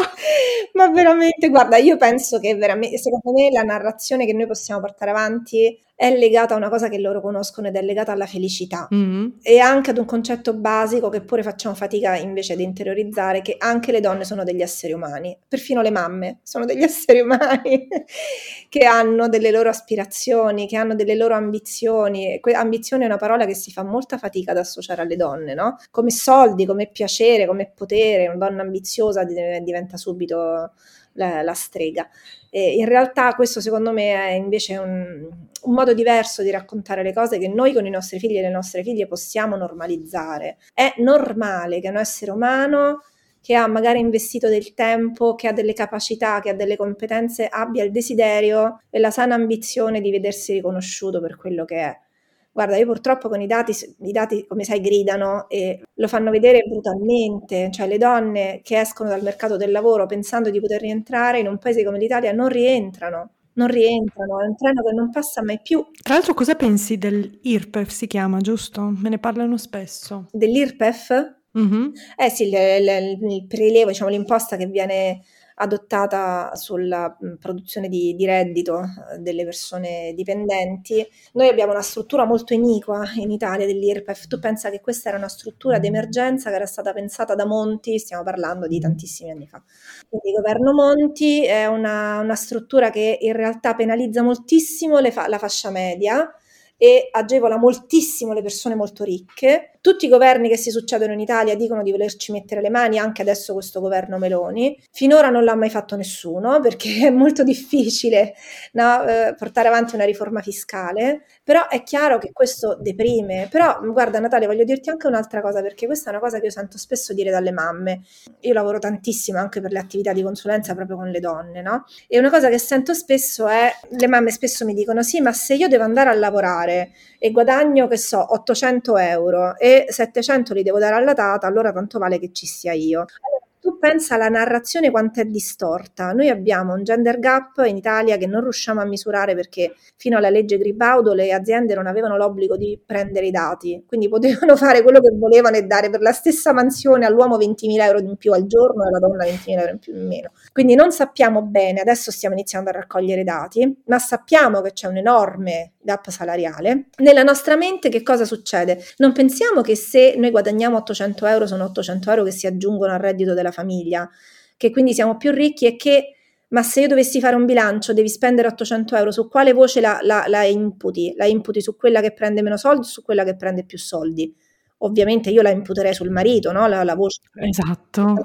B: Ma veramente, guarda, io penso che veramente, secondo me la narrazione che noi possiamo portare avanti è legata a una cosa che loro conoscono ed è legata alla felicità.
A: Mm.
B: E anche ad un concetto basico che pure facciamo fatica invece ad interiorizzare, che anche le donne sono degli esseri umani, perfino le mamme sono degli esseri umani che hanno delle loro aspirazioni, che hanno delle loro ambizioni. Que- ambizione è una parola che si fa molta fatica ad associare alle donne, no? Come soldi, come piacere, come potere, una donna ambiziosa div- diventa subito la, la strega. E in realtà questo secondo me è invece un, un modo diverso di raccontare le cose che noi con i nostri figli e le nostre figlie possiamo normalizzare. È normale che un essere umano che ha magari investito del tempo, che ha delle capacità, che ha delle competenze, abbia il desiderio e la sana ambizione di vedersi riconosciuto per quello che è. Guarda, io purtroppo con i dati, i dati come sai gridano e lo fanno vedere brutalmente, cioè le donne che escono dal mercato del lavoro pensando di poter rientrare in un paese come l'Italia non rientrano, non rientrano, è un treno che non passa mai più.
A: Tra l'altro cosa pensi dell'I R P E F, si chiama, giusto? Me ne parlano spesso.
B: Dell'I R P E F?
A: Mm-hmm.
B: Eh sì, il, il, il prelievo, diciamo l'imposta che viene adottata sulla mh, produzione di, di reddito eh, delle persone dipendenti. Noi abbiamo una struttura molto iniqua in Italia dell'I R P E F. Tu pensa che questa era una struttura d'emergenza che era stata pensata da Monti, stiamo parlando di tantissimi anni fa. Quindi il governo Monti è una, una struttura che in realtà penalizza moltissimo le fa- la fascia media e agevola moltissimo le persone molto ricche. Tutti i governi che si succedono in Italia dicono di volerci mettere le mani, anche adesso questo governo Meloni. Finora non l'ha mai fatto nessuno perché è molto difficile, no, eh, portare avanti una riforma fiscale, però è chiaro che questo deprime. Però guarda Natalia, voglio dirti anche un'altra cosa, perché questa è una cosa che io sento spesso dire dalle mamme. Io lavoro tantissimo anche per le attività di consulenza proprio con le donne, no? E una cosa che sento spesso è, le mamme spesso mi dicono sì, ma se io devo andare a lavorare e guadagno, che so, ottocento euro e settecento li devo dare alla tata, allora tanto vale che ci sia io. Allora, tu pensa alla narrazione quanto è distorta. Noi abbiamo un gender gap in Italia che non riusciamo a misurare perché fino alla legge Gribaudo le aziende non avevano l'obbligo di prendere i dati, quindi potevano fare quello che volevano e dare per la stessa mansione all'uomo ventimila euro in più al giorno e alla donna ventimila euro in più in meno. Quindi non sappiamo bene, adesso stiamo iniziando a raccogliere dati, ma sappiamo che c'è un enorme gap salariale. Nella nostra mente che cosa succede? Non pensiamo che se noi guadagniamo ottocento euro sono ottocento euro che si aggiungono al reddito della famiglia, che quindi siamo più ricchi e che, ma se io dovessi fare un bilancio devi spendere ottocento euro, su quale voce la, la, la imputi? La imputi su quella che prende meno soldi o su quella che prende più soldi? Ovviamente io la imputerei sul marito, no? La, la voce.
A: Esatto.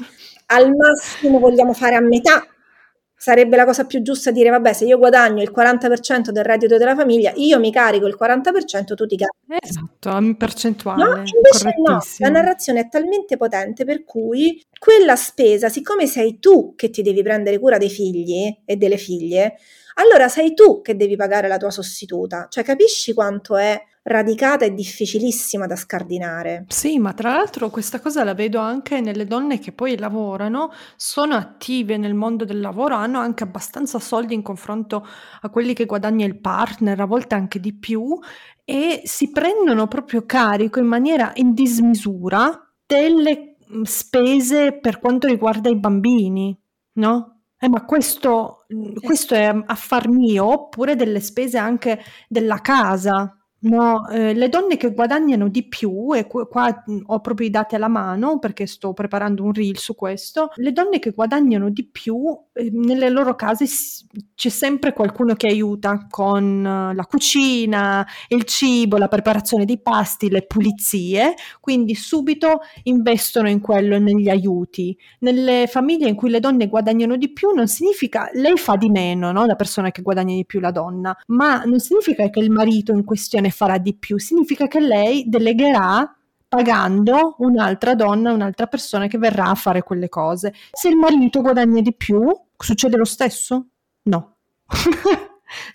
B: Al massimo vogliamo fare a metà. Sarebbe la cosa più giusta dire, vabbè, se io guadagno il quaranta per cento del reddito della famiglia, io mi carico il quaranta per cento, tu ti carichi.
A: Esatto, in percentuale,
B: No, invece no, la
A: correttissimo.
B: narrazione è talmente potente per cui quella spesa, siccome sei tu che ti devi prendere cura dei figli e delle figlie, allora sei tu che devi pagare la tua sostituta. Cioè, capisci quanto è radicata e difficilissima da scardinare?
A: Sì, ma tra l'altro questa cosa la vedo anche nelle donne che poi lavorano, sono attive nel mondo del lavoro, hanno anche abbastanza soldi in confronto a quelli che guadagna il partner, a volte anche di più, e si prendono proprio carico in maniera in dismisura delle mh, spese per quanto riguarda i bambini, no? Eh, ma questo, mh, questo è affar mio, oppure delle spese anche della casa. No, eh, le donne che guadagnano di più, e qu- qua mh, ho proprio i dati alla mano perché sto preparando un reel su questo, le donne che guadagnano di più, eh, nelle loro case s- c'è sempre qualcuno che aiuta con eh, la cucina, il cibo, la preparazione dei pasti, le pulizie, quindi subito investono in quello, negli aiuti. Nelle famiglie in cui le donne guadagnano di più non significa, lei fa di meno, no? La persona che guadagna di più, la donna, ma non significa che il marito in questione farà di più, significa che lei delegherà pagando un'altra donna, un'altra persona che verrà a fare quelle cose. Se il marito guadagna di più, succede lo stesso? No.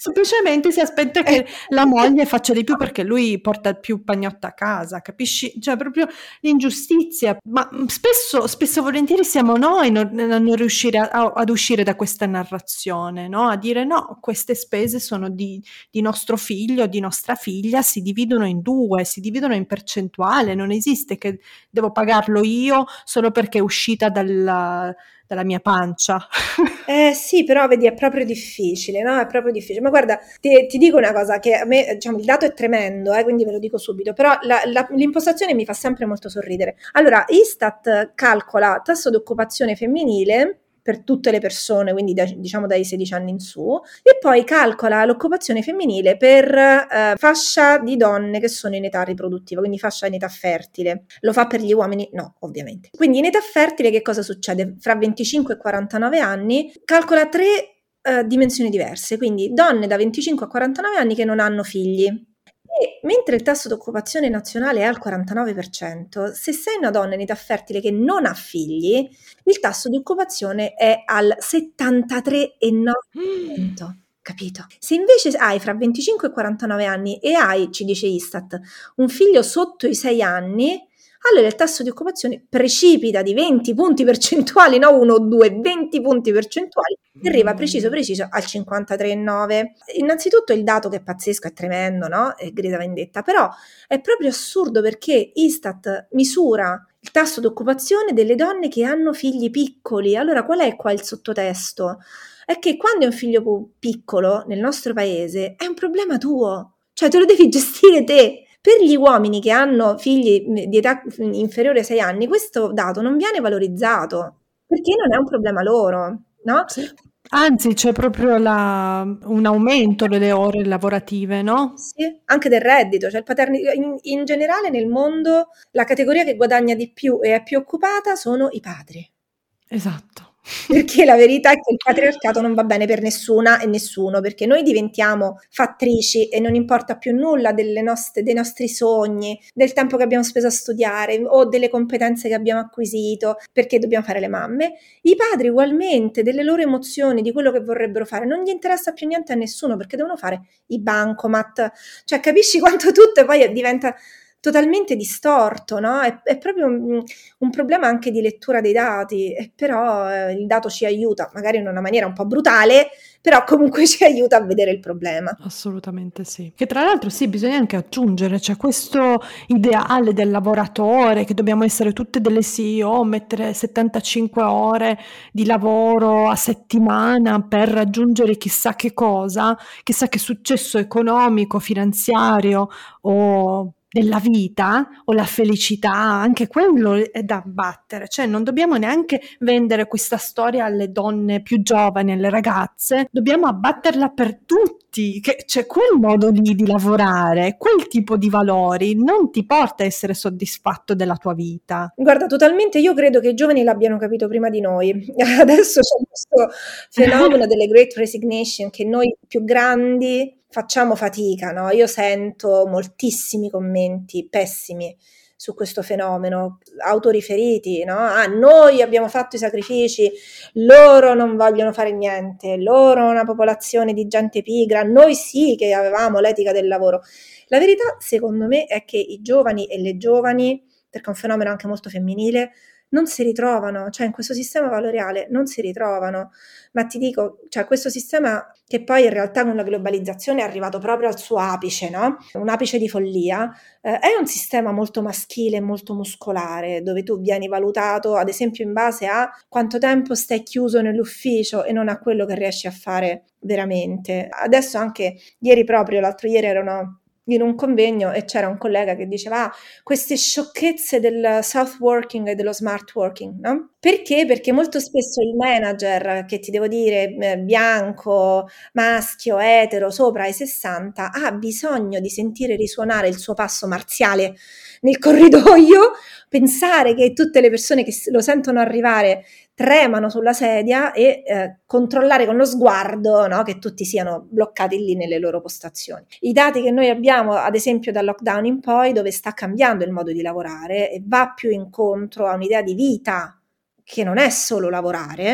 A: semplicemente si aspetta che la moglie faccia di più perché lui porta più pagnotta a casa, capisci? Cioè proprio l'ingiustizia, ma spesso, spesso e volentieri siamo noi non, a non riuscire a, a, ad uscire da questa narrazione, no? A dire no, queste spese sono di, di nostro figlio, di nostra figlia, si dividono in due, si dividono in percentuale, non esiste che devo pagarlo io solo perché è uscita dalla, dalla mia pancia.
B: Eh sì, però vedi, è proprio difficile, no? È proprio difficile. Ma guarda, ti, ti dico una cosa, che a me, diciamo, il dato è tremendo, eh, quindi ve lo dico subito, però la, la, l'impostazione mi fa sempre molto sorridere. Allora, Istat calcola tasso di occupazione femminile per tutte le persone, quindi da, diciamo dai sedici anni in su, e poi calcola l'occupazione femminile per eh, fascia di donne che sono in età riproduttiva, quindi fascia in età fertile. Lo fa per gli uomini? No, ovviamente. Quindi in età fertile che cosa succede? Fra venticinque e quarantanove anni calcola tre eh, dimensioni diverse, quindi donne da venticinque a quarantanove anni che non hanno figli. E mentre il tasso di occupazione nazionale è al quarantanove per cento, se sei una donna in età fertile che non ha figli, il tasso di occupazione è al settantatré virgola nove per cento. Capito? Se invece hai fra venticinque e quarantanove anni e hai, ci dice Istat, un figlio sotto i sei anni, allora il tasso di occupazione precipita di venti punti percentuali, no uno o due, venti punti percentuali, e arriva preciso preciso al cinquantatré virgola nove. Innanzitutto il dato che è pazzesco, è tremendo, no? E grida vendetta, però è proprio assurdo perché Istat misura il tasso di occupazione delle donne che hanno figli piccoli. Allora qual è qua il sottotesto? È che quando è un figlio piccolo nel nostro paese è un problema tuo, cioè te lo devi gestire te. Per gli uomini che hanno figli di età inferiore ai sei anni questo dato non viene valorizzato perché non è un problema loro, no?
A: Sì. Anzi, c'è proprio la, un aumento delle ore lavorative, no?
B: Sì, anche del reddito, cioè il paterni- in, in generale nel mondo la categoria che guadagna di più e è più occupata sono i padri.
A: Esatto.
B: Perché la verità è che il patriarcato non va bene per nessuna e nessuno, perché noi diventiamo fattrici e non importa più nulla delle nostre, dei nostri sogni, del tempo che abbiamo speso a studiare o delle competenze che abbiamo acquisito, perché dobbiamo fare le mamme. I padri ugualmente, delle loro emozioni, di quello che vorrebbero fare, non gli interessa più niente a nessuno perché devono fare i bancomat, cioè capisci quanto tutto poi diventa totalmente distorto, no? È, è proprio un, un problema anche di lettura dei dati, e però eh, il dato ci aiuta, magari in una maniera un po' brutale, però comunque ci aiuta a vedere il problema.
A: Assolutamente sì. Che tra l'altro sì, bisogna anche aggiungere, c'è questo ideale del lavoratore, che dobbiamo essere tutte delle C E O, mettere settantacinque ore di lavoro a settimana per raggiungere chissà che cosa, chissà che successo economico, finanziario o della vita o la felicità, anche quello è da abbattere, cioè non dobbiamo neanche vendere questa storia alle donne più giovani, alle ragazze, dobbiamo abbatterla per tutti, che c'è quel modo lì di lavorare, quel tipo di valori non ti porta a essere soddisfatto della tua vita.
B: Guarda, totalmente, io credo che i giovani l'abbiano capito prima di noi. Adesso c'è questo fenomeno delle Great Resignation che noi più grandi facciamo fatica, no? Io sento moltissimi commenti pessimi su questo fenomeno, autoriferiti, no? Ah, noi abbiamo fatto i sacrifici, loro non vogliono fare niente, loro hanno una popolazione di gente pigra, noi sì che avevamo l'etica del lavoro. La verità, secondo me, è che i giovani e le giovani, perché è un fenomeno anche molto femminile, non si ritrovano, cioè in questo sistema valoriale non si ritrovano, ma ti dico, cioè questo sistema che poi in realtà con la globalizzazione è arrivato proprio al suo apice, no? Un apice di follia, eh, è un sistema molto maschile, molto muscolare, dove tu vieni valutato ad esempio in base a quanto tempo stai chiuso nell'ufficio e non a quello che riesci a fare veramente. Adesso anche ieri proprio, l'altro ieri erano in un convegno e c'era un collega che diceva ah, queste sciocchezze del south working e dello smart working, no? Perché? Perché molto spesso il manager, che ti devo dire eh, bianco, maschio, etero, sopra i sessanta, ha bisogno di sentire risuonare il suo passo marziale nel corridoio, pensare che tutte le persone che lo sentono arrivare tremano sulla sedia e eh, controllare con lo sguardo, no, che tutti siano bloccati lì nelle loro postazioni. I dati che noi abbiamo, ad esempio dal lockdown in poi, dove sta cambiando il modo di lavorare e va più incontro a un'idea di vita che non è solo lavorare,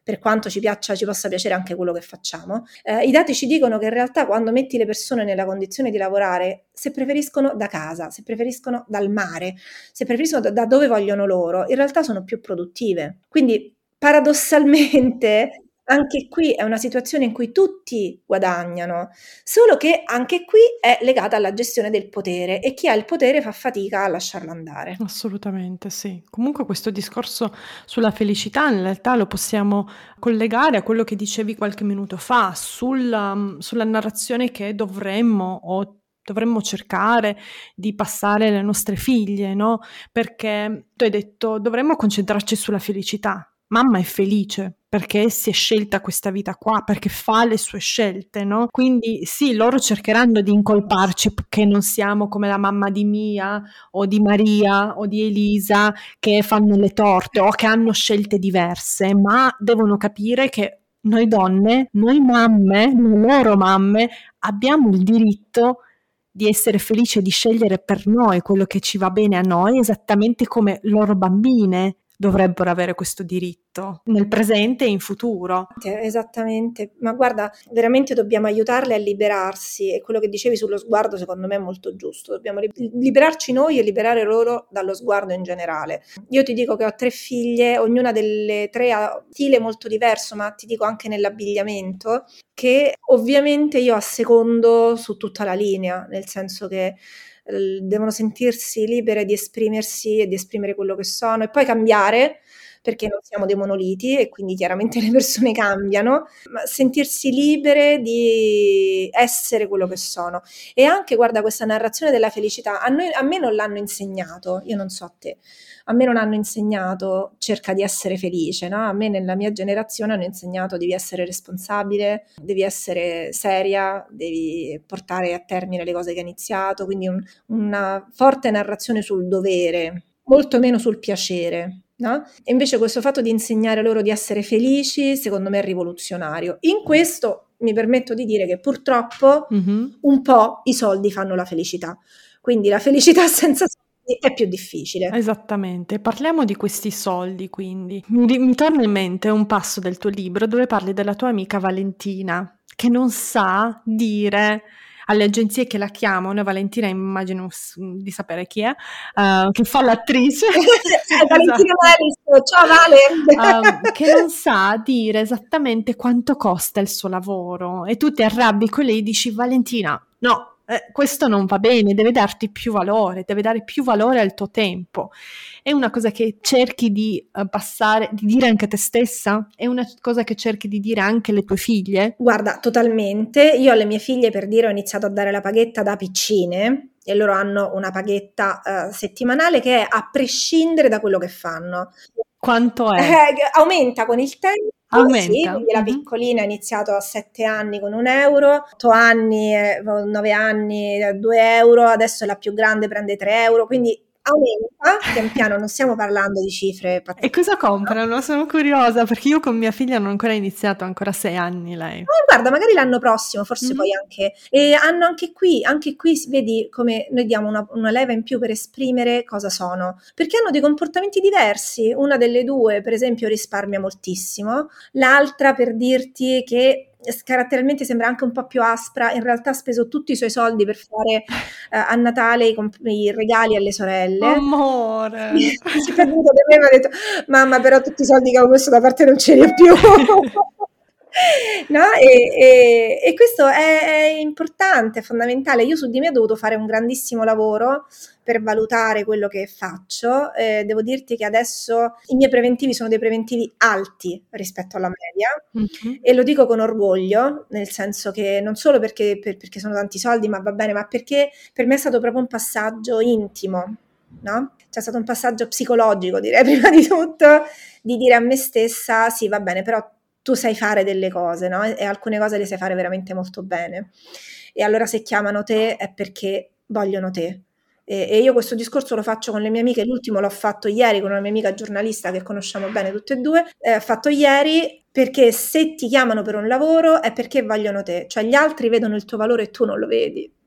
B: per quanto ci piaccia, ci possa piacere anche quello che facciamo. Eh, i dati ci dicono che in realtà quando metti le persone nella condizione di lavorare, se preferiscono da casa, se preferiscono dal mare, se preferiscono da, da dove vogliono loro, in realtà sono più produttive. Quindi paradossalmente anche qui è una situazione in cui tutti guadagnano, solo che anche qui è legata alla gestione del potere e chi ha il potere fa fatica a lasciarlo andare.
A: Assolutamente sì. Comunque questo discorso sulla felicità in realtà lo possiamo collegare a quello che dicevi qualche minuto fa, sulla, sulla narrazione che dovremmo o dovremmo cercare di passare alle nostre figlie, no? Perché tu hai detto dovremmo concentrarci sulla felicità. Mamma è felice perché si è scelta questa vita qua, perché fa le sue scelte, no? Quindi sì, loro cercheranno di incolparci che non siamo come la mamma di Mia o di Maria o di Elisa che fanno le torte o che hanno scelte diverse, ma devono capire che noi donne, noi mamme, le loro mamme, abbiamo il diritto di essere felici e di scegliere per noi quello che ci va bene a noi, esattamente come loro bambine dovrebbero avere questo diritto nel presente e in futuro.
B: Esattamente, ma guarda, veramente dobbiamo aiutarle a liberarsi e quello che dicevi sullo sguardo secondo me è molto giusto, dobbiamo liberarci noi e liberare loro dallo sguardo in generale. Io ti dico che ho tre figlie, ognuna delle tre ha un stile molto diverso, ma ti dico anche nell'abbigliamento, che ovviamente io assecondo su tutta la linea, nel senso che devono sentirsi libere di esprimersi e di esprimere quello che sono e poi cambiare, perché non siamo dei monoliti e quindi chiaramente le persone cambiano, ma sentirsi libere di essere quello che sono. E anche, guarda, questa narrazione della felicità, a, noi, a me non l'hanno insegnato, io non so a te, a me non hanno insegnato cerca di essere felice, no? A me nella mia generazione hanno insegnato devi essere responsabile, devi essere seria, devi portare a termine le cose che hai iniziato, quindi un, una forte narrazione sul dovere, molto meno sul piacere. No? E invece questo fatto di insegnare loro di essere felici, secondo me è rivoluzionario. In questo mi permetto di dire che purtroppo mm-hmm. un po' i soldi fanno la felicità, quindi la felicità senza soldi è più difficile.
A: Esattamente, parliamo di questi soldi quindi. Mi, mi torna in mente un passo del tuo libro dove parli della tua amica Valentina, che non sa dire alle agenzie che la chiamano, e Valentina immagino di sapere chi è, uh, che fa l'attrice.
B: Valentina Melis, ciao Vale!
A: um, che non sa dire esattamente quanto costa il suo lavoro e tu ti arrabbi con lei e dici Valentina, no, eh, questo non va bene, deve darti più valore, deve dare più valore al tuo tempo. È una cosa che cerchi di uh, passare, di dire anche a te stessa? È una cosa che cerchi di dire anche alle tue figlie?
B: Guarda, totalmente. Io alle mie figlie, per dire, ho iniziato a dare la paghetta da piccine e loro hanno una paghetta uh, settimanale che è a prescindere da quello che fanno.
A: Quanto è?
B: Eh, aumenta con il tempo.
A: Aumenta.
B: Sì, quindi la piccolina ha iniziato a sette anni con un euro, otto anni, nove anni, due euro, adesso la più grande prende tre euro, quindi aumenta, pian piano, non stiamo parlando di cifre
A: E cosa comprano? Sono curiosa, perché io con mia figlia non ho ancora iniziato, ha ancora sei anni lei.
B: Eh, guarda, magari l'anno prossimo, forse mm-hmm. poi anche. E hanno anche qui, anche qui vedi come noi diamo una, una leva in più per esprimere cosa sono, perché hanno dei comportamenti diversi. Una delle due, per esempio, risparmia moltissimo, l'altra per dirti che caratterialmente sembra anche un po' più aspra, in realtà ha speso tutti i suoi soldi per fare eh, a Natale i, comp- i regali alle sorelle.
A: Amore!
B: Si è venuto da me e mi ha detto mamma, però tutti i soldi che avevo messo da parte non ce li ho più. No? E, e, e questo è, è importante, è fondamentale. Io su di me ho dovuto fare un grandissimo lavoro per valutare quello che faccio. Eh, devo dirti che adesso i miei preventivi sono dei preventivi alti rispetto alla media, mm-hmm. e lo dico con orgoglio, nel senso che non solo perché, per, perché sono tanti soldi, ma va bene, ma perché per me è stato proprio un passaggio intimo, no? C'è stato un passaggio psicologico, direi, prima di tutto, di dire a me stessa sì, va bene, però tu sai fare delle cose, no? E alcune cose le sai fare veramente molto bene. E allora se chiamano te è perché vogliono te. E, e io questo discorso lo faccio con le mie amiche, l'ultimo l'ho fatto ieri con una mia amica giornalista che conosciamo bene tutte e due, eh, fatto ieri perché se ti chiamano per un lavoro è perché vogliono te, cioè gli altri vedono il tuo valore e tu non lo vedi.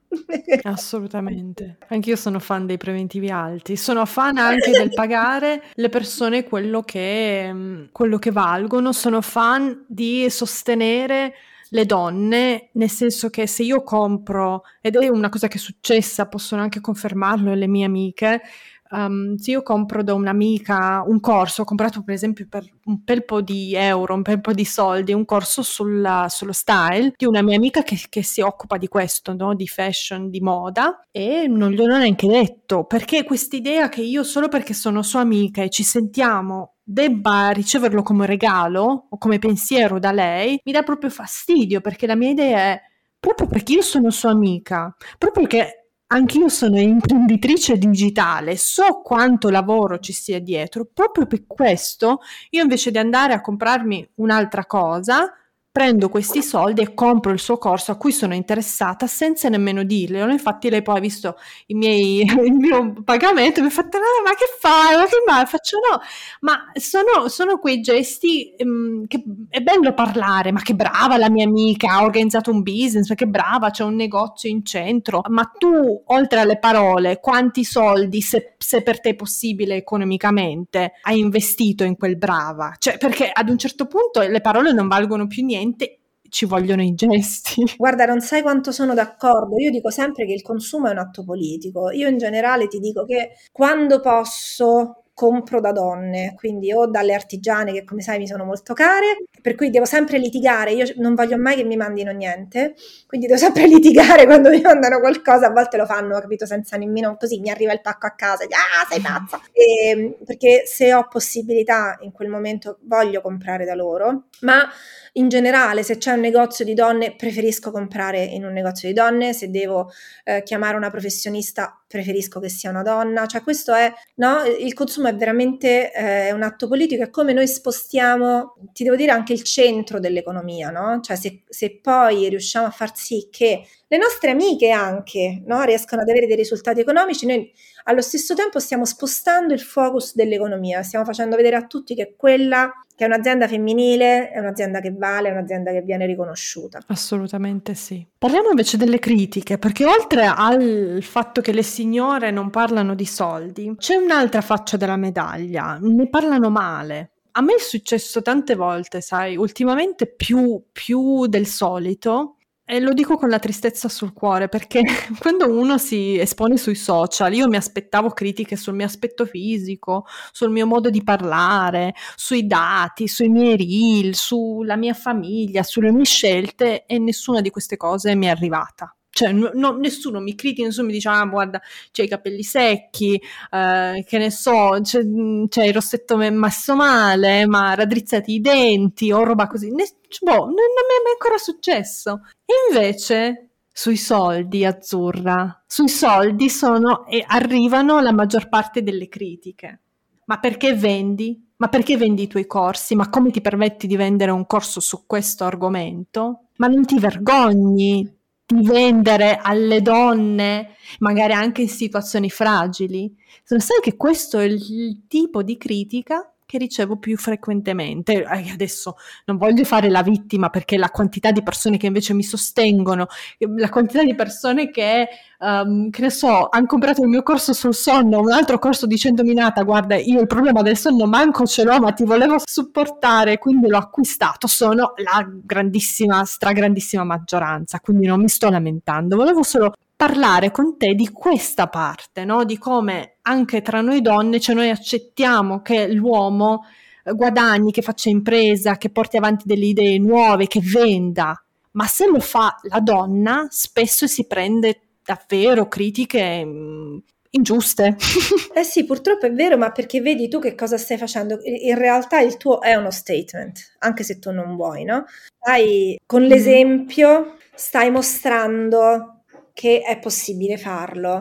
A: Assolutamente. Anch'io sono fan dei preventivi alti. Sono fan anche del pagare le persone quello che, mm, quello che valgono. Sono fan di sostenere le donne, nel senso che se io compro, ed è una cosa che è successa, possono anche confermarlo le mie amiche, um, se io compro da un'amica un corso, ho comprato per esempio per un bel po' di euro, un bel po' di soldi, un corso sulla, sullo style di una mia amica che, che si occupa di questo, no? Di fashion, di moda, e non gliel'ho neanche detto, perché quest'idea che io solo perché sono sua amica e ci sentiamo debba riceverlo come regalo o come pensiero da lei, mi dà proprio fastidio, perché la mia idea è proprio perché io sono sua amica, proprio perché anch'io sono imprenditrice digitale, so quanto lavoro ci sia dietro, proprio per questo io invece di andare a comprarmi un'altra cosa, prendo questi soldi e compro il suo corso a cui sono interessata senza nemmeno dirglielo. Infatti lei poi ha visto i miei, il mio pagamento e mi ha fatto: "Ah, ma che fai? Ma che mai?" Faccio: "No, ma sono, sono quei gesti ehm, che è bello parlare, ma che brava la mia amica, ha organizzato un business, ma che brava, c'è un negozio in centro, ma tu, oltre alle parole, quanti soldi, se, se per te è possibile economicamente, hai investito in quel brava? Cioè, perché ad un certo punto le parole non valgono più niente, ci vogliono i gesti."
B: Guarda, non sai quanto sono d'accordo. Io dico sempre che il consumo è un atto politico. Io in generale ti dico che quando posso compro da donne, quindi o dalle artigiane che come sai mi sono molto care, per cui devo sempre litigare. Io non voglio mai che mi mandino niente, quindi devo sempre litigare quando mi mandano qualcosa. A volte lo fanno, capito, senza nemmeno così mi arriva il pacco a casa e dico, ah, sei pazza. E, perché se ho possibilità in quel momento voglio comprare da loro, ma in generale, se c'è un negozio di donne, preferisco comprare in un negozio di donne, se devo eh, chiamare una professionista, preferisco che sia una donna, cioè questo è, no? Il consumo è veramente eh, un atto politico, è come noi spostiamo, ti devo dire, anche il centro dell'economia, no? Cioè se, se poi riusciamo a far sì che le nostre amiche anche, no, riescano ad avere dei risultati economici, noi allo stesso tempo stiamo spostando il focus dell'economia, stiamo facendo vedere a tutti che quella che è un'azienda femminile, è un'azienda che vale, è un'azienda che viene riconosciuta.
A: Assolutamente sì. Parliamo invece delle critiche, perché oltre al fatto che le signore non parlano di soldi, c'è un'altra faccia della medaglia, ne parlano male. A me è successo tante volte, sai, ultimamente più, più del solito, e lo dico con la tristezza sul cuore, perché quando uno si espone sui social, io mi aspettavo critiche sul mio aspetto fisico, sul mio modo di parlare, sui dati, sui miei reel, sulla mia famiglia, sulle mie scelte, e nessuna di queste cose mi è arrivata. Cioè, no, no, nessuno mi critica, nessuno mi dice, ah, guarda, c'hai i capelli secchi, eh, che ne so, c'è, c'è il rossetto messo male, ma raddrizzati i denti, o roba così. Ne, boh, non, non mi è mai ancora successo. E invece sui soldi, Azzurra, sui soldi sono e arrivano la maggior parte delle critiche. Ma perché vendi? Ma perché vendi i tuoi corsi? Ma come ti permetti di vendere un corso su questo argomento? Ma non ti vergogni di vendere alle donne, magari anche in situazioni fragili? Sai che questo è il, il tipo di critica che ricevo più frequentemente. Eh, adesso non voglio fare la vittima, perché la quantità di persone che invece mi sostengono, la quantità di persone che, um, che ne so, hanno comprato il mio corso sul sonno, un altro corso dicendomi, Nata, guarda, io il problema del sonno manco ce l'ho, ma ti volevo supportare, quindi l'ho acquistato, sono la grandissima, stragrandissima maggioranza, quindi non mi sto lamentando, volevo solo parlare con te di questa parte, no? Di come anche tra noi donne, cioè noi accettiamo che l'uomo guadagni, che faccia impresa, che porti avanti delle idee nuove, che venda, ma se lo fa la donna spesso si prende davvero critiche mh, ingiuste.
B: Eh sì, purtroppo è vero, ma perché vedi tu che cosa stai facendo? In realtà il tuo è uno statement, anche se tu non vuoi, no? Stai, con l'esempio stai mostrando che è possibile farlo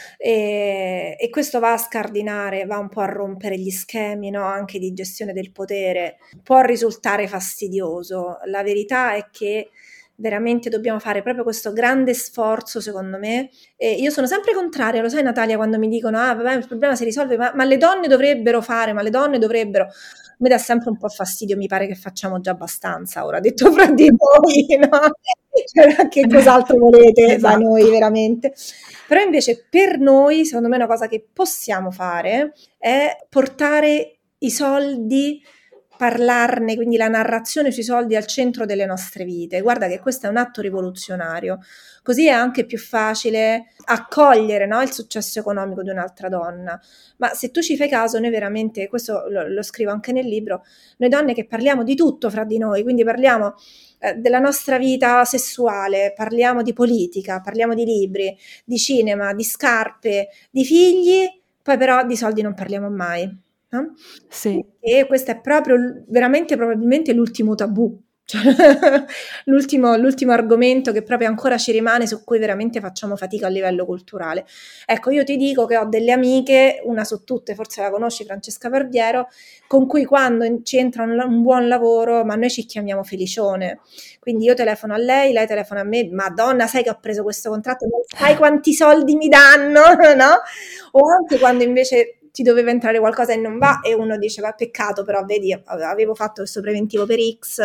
B: e, e questo va a scardinare, va un po' a rompere gli schemi, no? Anche di gestione del potere, può risultare fastidioso. La verità è che veramente dobbiamo fare proprio questo grande sforzo, secondo me. E io sono sempre contraria, lo sai Natalia, quando mi dicono ah vabbè il problema si risolve, ma, ma le donne dovrebbero fare, ma le donne dovrebbero, mi dà sempre un po' fastidio, mi pare che facciamo già abbastanza, ora detto fra di noi, no? Cioè, che cos'altro volete
A: Esatto.
B: da noi veramente? Però invece per noi, secondo me una cosa che possiamo fare è portare i soldi, parlarne, quindi la narrazione sui soldi al centro delle nostre vite. Guarda che questo è un atto rivoluzionario, così è anche più facile accogliere, no, il successo economico di un'altra donna. Ma se tu ci fai caso, noi veramente, questo lo, lo scrivo anche nel libro, noi donne che parliamo di tutto fra di noi, quindi parliamo eh, della nostra vita sessuale, parliamo di politica, parliamo di libri, di cinema, di scarpe, di figli, poi però di soldi non parliamo mai. No?
A: Sì.
B: E questo è proprio veramente probabilmente l'ultimo tabù, cioè, l'ultimo, l'ultimo argomento che proprio ancora ci rimane, su cui veramente facciamo fatica a livello culturale. Ecco, io ti dico che ho delle amiche, una su tutte, forse la conosci, Francesca Barbiero, con cui quando ci entra un, un buon lavoro, ma noi ci chiamiamo Felicione, quindi io telefono a lei, lei telefona a me, Madonna, sai che ho preso questo contratto, non sai quanti soldi mi danno, no? O anche quando invece ti doveva entrare qualcosa e non va, e uno dice va, peccato, però vedi, avevo fatto questo preventivo per X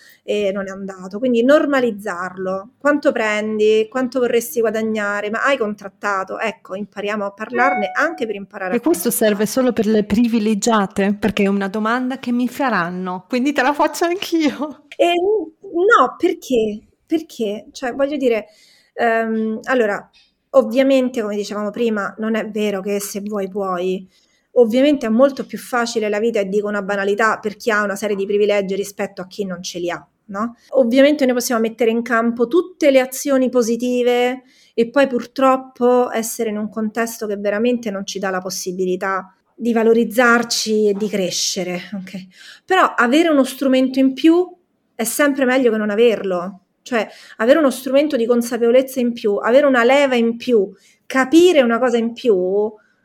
B: e non è andato. Quindi normalizzarlo, quanto prendi, quanto vorresti guadagnare, ma hai contrattato? Ecco, impariamo a parlarne anche per imparare a
A: E questo serve solo per le privilegiate, perché è una domanda che mi faranno, quindi te la faccio anch'io.
B: E no, perché? Perché? Cioè, voglio dire, ehm, allora, ovviamente, come dicevamo prima, non è vero che se vuoi puoi. Ovviamente è molto più facile la vita, e dico una banalità, per chi ha una serie di privilegi rispetto a chi non ce li ha, no? Ovviamente noi possiamo mettere in campo tutte le azioni positive e poi purtroppo essere in un contesto che veramente non ci dà la possibilità di valorizzarci e di crescere, ok? Però avere uno strumento in più è sempre meglio che non averlo. Cioè, avere uno strumento di consapevolezza in più, avere una leva in più, capire una cosa in più,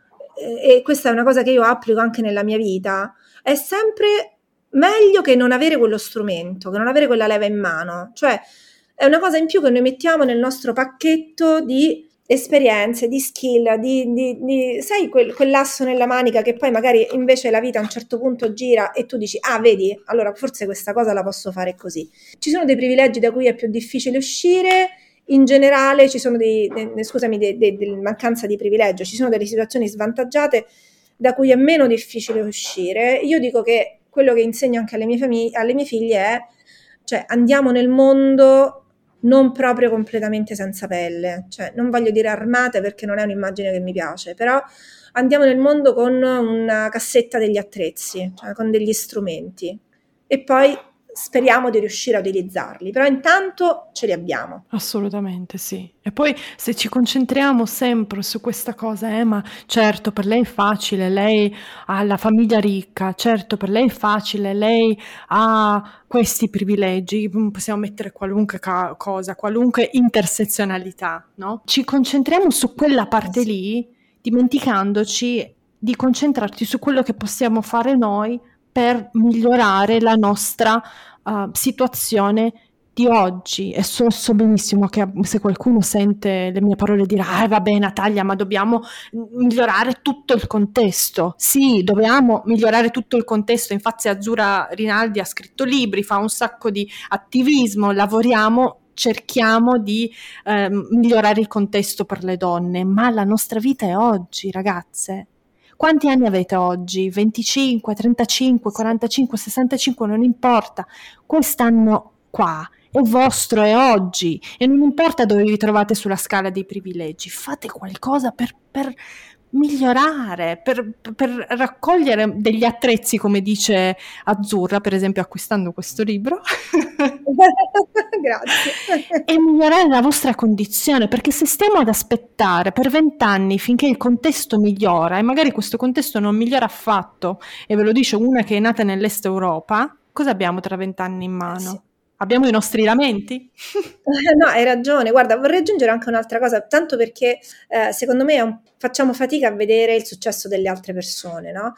B: e questa è una cosa che io applico anche nella mia vita, è sempre meglio che non avere quello strumento, che non avere quella leva in mano. Cioè, è una cosa in più che noi mettiamo nel nostro pacchetto di esperienze, di skill, di, di, di sai quel, quell'asso nella manica che poi magari invece la vita a un certo punto gira e tu dici ah vedi, allora forse questa cosa la posso fare così. Ci sono dei privilegi da cui è più difficile uscire, in generale ci sono dei, de, scusami, delle de, de mancanza di privilegio, ci sono delle situazioni svantaggiate da cui è meno difficile uscire. Io dico che quello che insegno anche alle mie, famiglie, alle mie figlie è, cioè andiamo nel mondo non proprio completamente senza pelle, cioè non voglio dire armate perché non è un'immagine che mi piace, però andiamo nel mondo con una cassetta degli attrezzi, cioè con degli strumenti, e poi speriamo di riuscire a utilizzarli, però intanto ce li abbiamo.
A: Assolutamente sì. E poi se ci concentriamo sempre su questa cosa, eh, ma certo per lei è facile, lei ha la famiglia ricca, certo per lei è facile, lei ha questi privilegi, possiamo mettere qualunque ca- cosa, qualunque intersezionalità, no? Ci concentriamo su quella parte lì, dimenticandoci di concentrarci su quello che possiamo fare noi per migliorare la nostra uh, situazione di oggi. E so, so benissimo che se qualcuno sente le mie parole dirà ah vabbè Natalia, ma dobbiamo migliorare tutto il contesto. Sì, dobbiamo migliorare tutto il contesto, infatti Azzurra Rinaldi ha scritto libri, fa un sacco di attivismo, lavoriamo, cerchiamo di eh, migliorare il contesto per le donne, ma la nostra vita è oggi, ragazze. Quanti anni avete oggi? venticinque, trentacinque, quarantacinque, sessantacinque, non importa. Quest'anno qua è vostro, è oggi, e non importa dove vi trovate sulla scala dei privilegi, fate qualcosa per, per migliorare, per, per raccogliere degli attrezzi, come dice Azzurra, per esempio acquistando questo libro.
B: Grazie.
A: E migliorare la vostra condizione, perché se stiamo ad aspettare per vent'anni finché il contesto migliora, e magari questo contesto non migliora affatto, e ve lo dice una che è nata nell'est Europa, cosa abbiamo tra vent'anni in mano? Sì. Abbiamo i nostri lamenti?
B: No, hai ragione. Guarda, vorrei aggiungere anche un'altra cosa, tanto perché eh, secondo me è un, facciamo fatica a vedere il successo delle altre persone, no?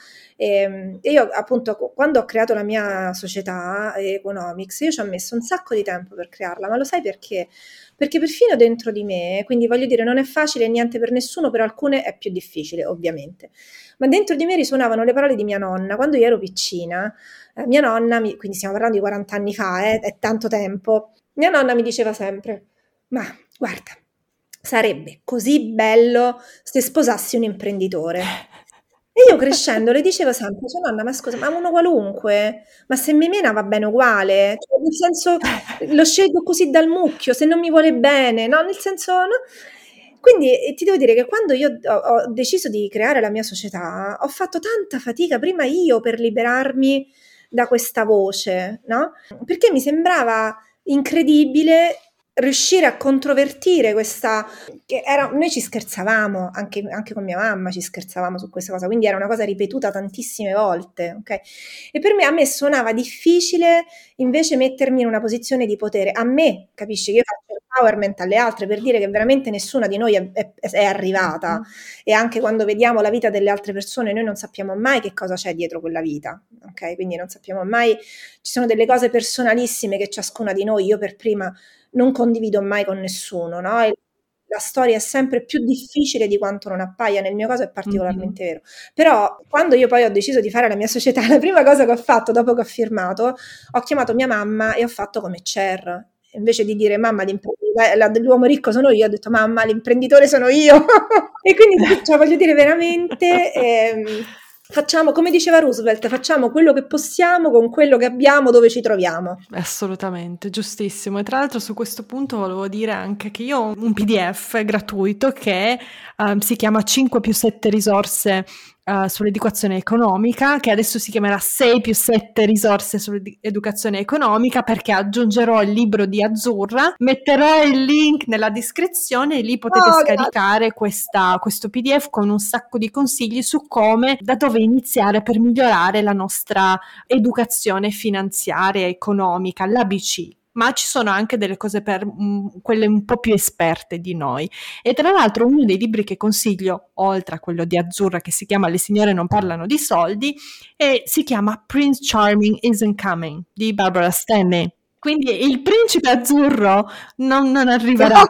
B: E, e io appunto quando ho creato la mia società Economics, io ci ho messo un sacco di tempo per crearla, ma lo sai perché? Perché perfino dentro di me, quindi voglio dire non è facile niente per nessuno, per alcune è più difficile ovviamente, ma dentro di me risuonavano le parole di mia nonna quando io ero piccina. Eh, mia nonna, mi, quindi stiamo parlando di quaranta anni fa, eh, è tanto tempo, mia nonna mi diceva sempre, ma guarda, sarebbe così bello se sposassi un imprenditore. E io crescendo le dicevo sempre, cioè, nonna, ma scusa, ma uno qualunque? Ma se mi mena va bene uguale? Cioè, nel senso, lo scelgo così dal mucchio, se non mi vuole bene, no? Nel senso, no? Quindi eh, ti devo dire che quando io ho, ho deciso di creare la mia società, ho fatto tanta fatica prima io per liberarmi da questa voce, no? Perché mi sembrava incredibile riuscire a controvertire questa, che era, noi ci scherzavamo, anche, anche con mia mamma ci scherzavamo su questa cosa, quindi era una cosa ripetuta tantissime volte, ok? E per me, a me suonava difficile invece mettermi in una posizione di potere, a me, capisci, che io faccio empowerment alle altre per dire che veramente nessuna di noi è, è, è arrivata, e anche quando vediamo la vita delle altre persone noi non sappiamo mai che cosa c'è dietro quella vita, ok? Quindi non sappiamo mai, ci sono delle cose personalissime che ciascuna di noi, io per prima, non condivido mai con nessuno, no? E la storia è sempre più difficile di quanto non appaia, nel mio caso è particolarmente mm-hmm. vero. Però quando io poi ho deciso di fare la mia società, la prima cosa che ho fatto dopo che ho firmato, ho chiamato mia mamma e ho fatto come Cher. Invece di dire mamma l'uomo ricco sono io, ho detto mamma l'imprenditore sono io. E quindi cioè, voglio dire veramente... Ehm, facciamo, come diceva Roosevelt, facciamo quello che possiamo con quello che abbiamo dove ci troviamo.
A: Assolutamente, giustissimo. E tra l'altro su questo punto volevo dire anche che io ho un P D F gratuito che um, si chiama cinque più sette risorse Uh, sull'educazione economica, che adesso si chiamerà sei più sette risorse sull'educazione economica, perché aggiungerò il libro di Azzurra, metterò il link nella descrizione e lì potete oh, scaricare questa, questo P D F con un sacco di consigli su come, da dove iniziare per migliorare la nostra educazione finanziaria e economica, l'A B C. Ma ci sono anche delle cose per um, quelle un po' più esperte di noi. E tra l'altro uno dei libri che consiglio, oltre a quello di Azzurra che si chiama Le signore non parlano di soldi, e si chiama Prince Charming Isn't Coming di Barbara Stanley. Quindi il principe azzurro non, non arriverà.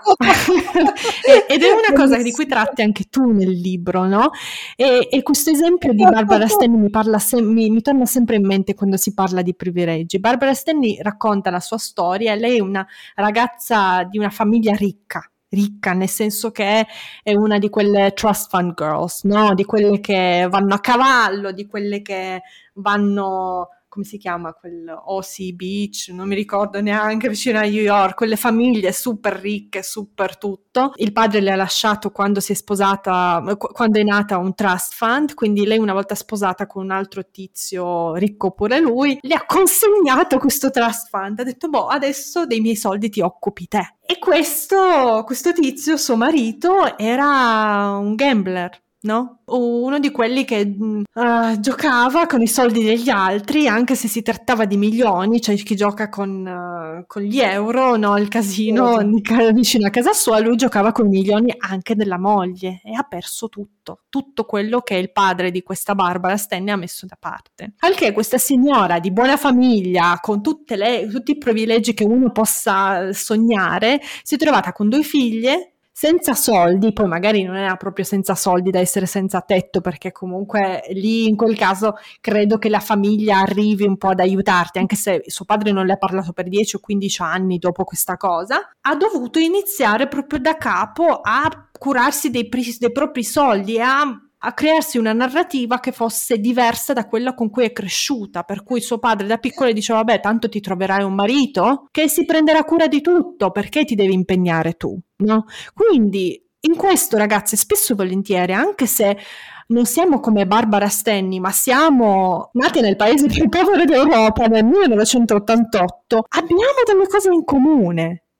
A: Ed è una cosa di cui tratti anche tu nel libro, no? E, e questo esempio di Barbara Stanley mi, parla se- mi, mi torna sempre in mente quando si parla di privilegi. Barbara Stanley racconta la sua storia. Lei è una ragazza di una famiglia ricca, ricca nel senso che è una di quelle trust fund girls, no? Di quelle che vanno a cavallo, di quelle che vanno... come si chiama quel O C Beach, non mi ricordo neanche, vicino a New York, quelle famiglie super ricche, super tutto. Il padre le ha lasciato quando si è sposata, quando è nata, un trust fund, quindi lei una volta sposata con un altro tizio ricco pure lui, le ha consegnato questo trust fund, ha detto boh, adesso dei miei soldi ti occupi te. E questo, questo tizio, suo marito, era un gambler, no? Uno di quelli che uh, giocava con i soldi degli altri, anche se si trattava di milioni, cioè chi gioca con, uh, con gli euro, no? Il casino sì. Vicino a casa sua, lui giocava con i milioni anche della moglie e ha perso tutto, tutto quello che il padre di questa Barbara Stanley ha messo da parte. Al che questa signora di buona famiglia, con tutte le, tutti i privilegi che uno possa sognare, si è trovata con due figlie, senza soldi, poi magari non era proprio senza soldi da essere senza tetto, perché comunque lì in quel caso credo che la famiglia arrivi un po' ad aiutarti, anche se suo padre non le ha parlato per dieci o quindici anni dopo questa cosa, ha dovuto iniziare proprio da capo a curarsi dei, dei propri soldi e a a crearsi una narrativa che fosse diversa da quella con cui è cresciuta, per cui suo padre da piccolo diceva vabbè tanto ti troverai un marito che si prenderà cura di tutto, perché ti devi impegnare tu, no? Quindi in questo, ragazzi, spesso e volentieri, anche se non siamo come Barbara Stanley, ma siamo nati nel paese più povero d'Europa nel millenovecentottantotto, abbiamo delle cose in comune.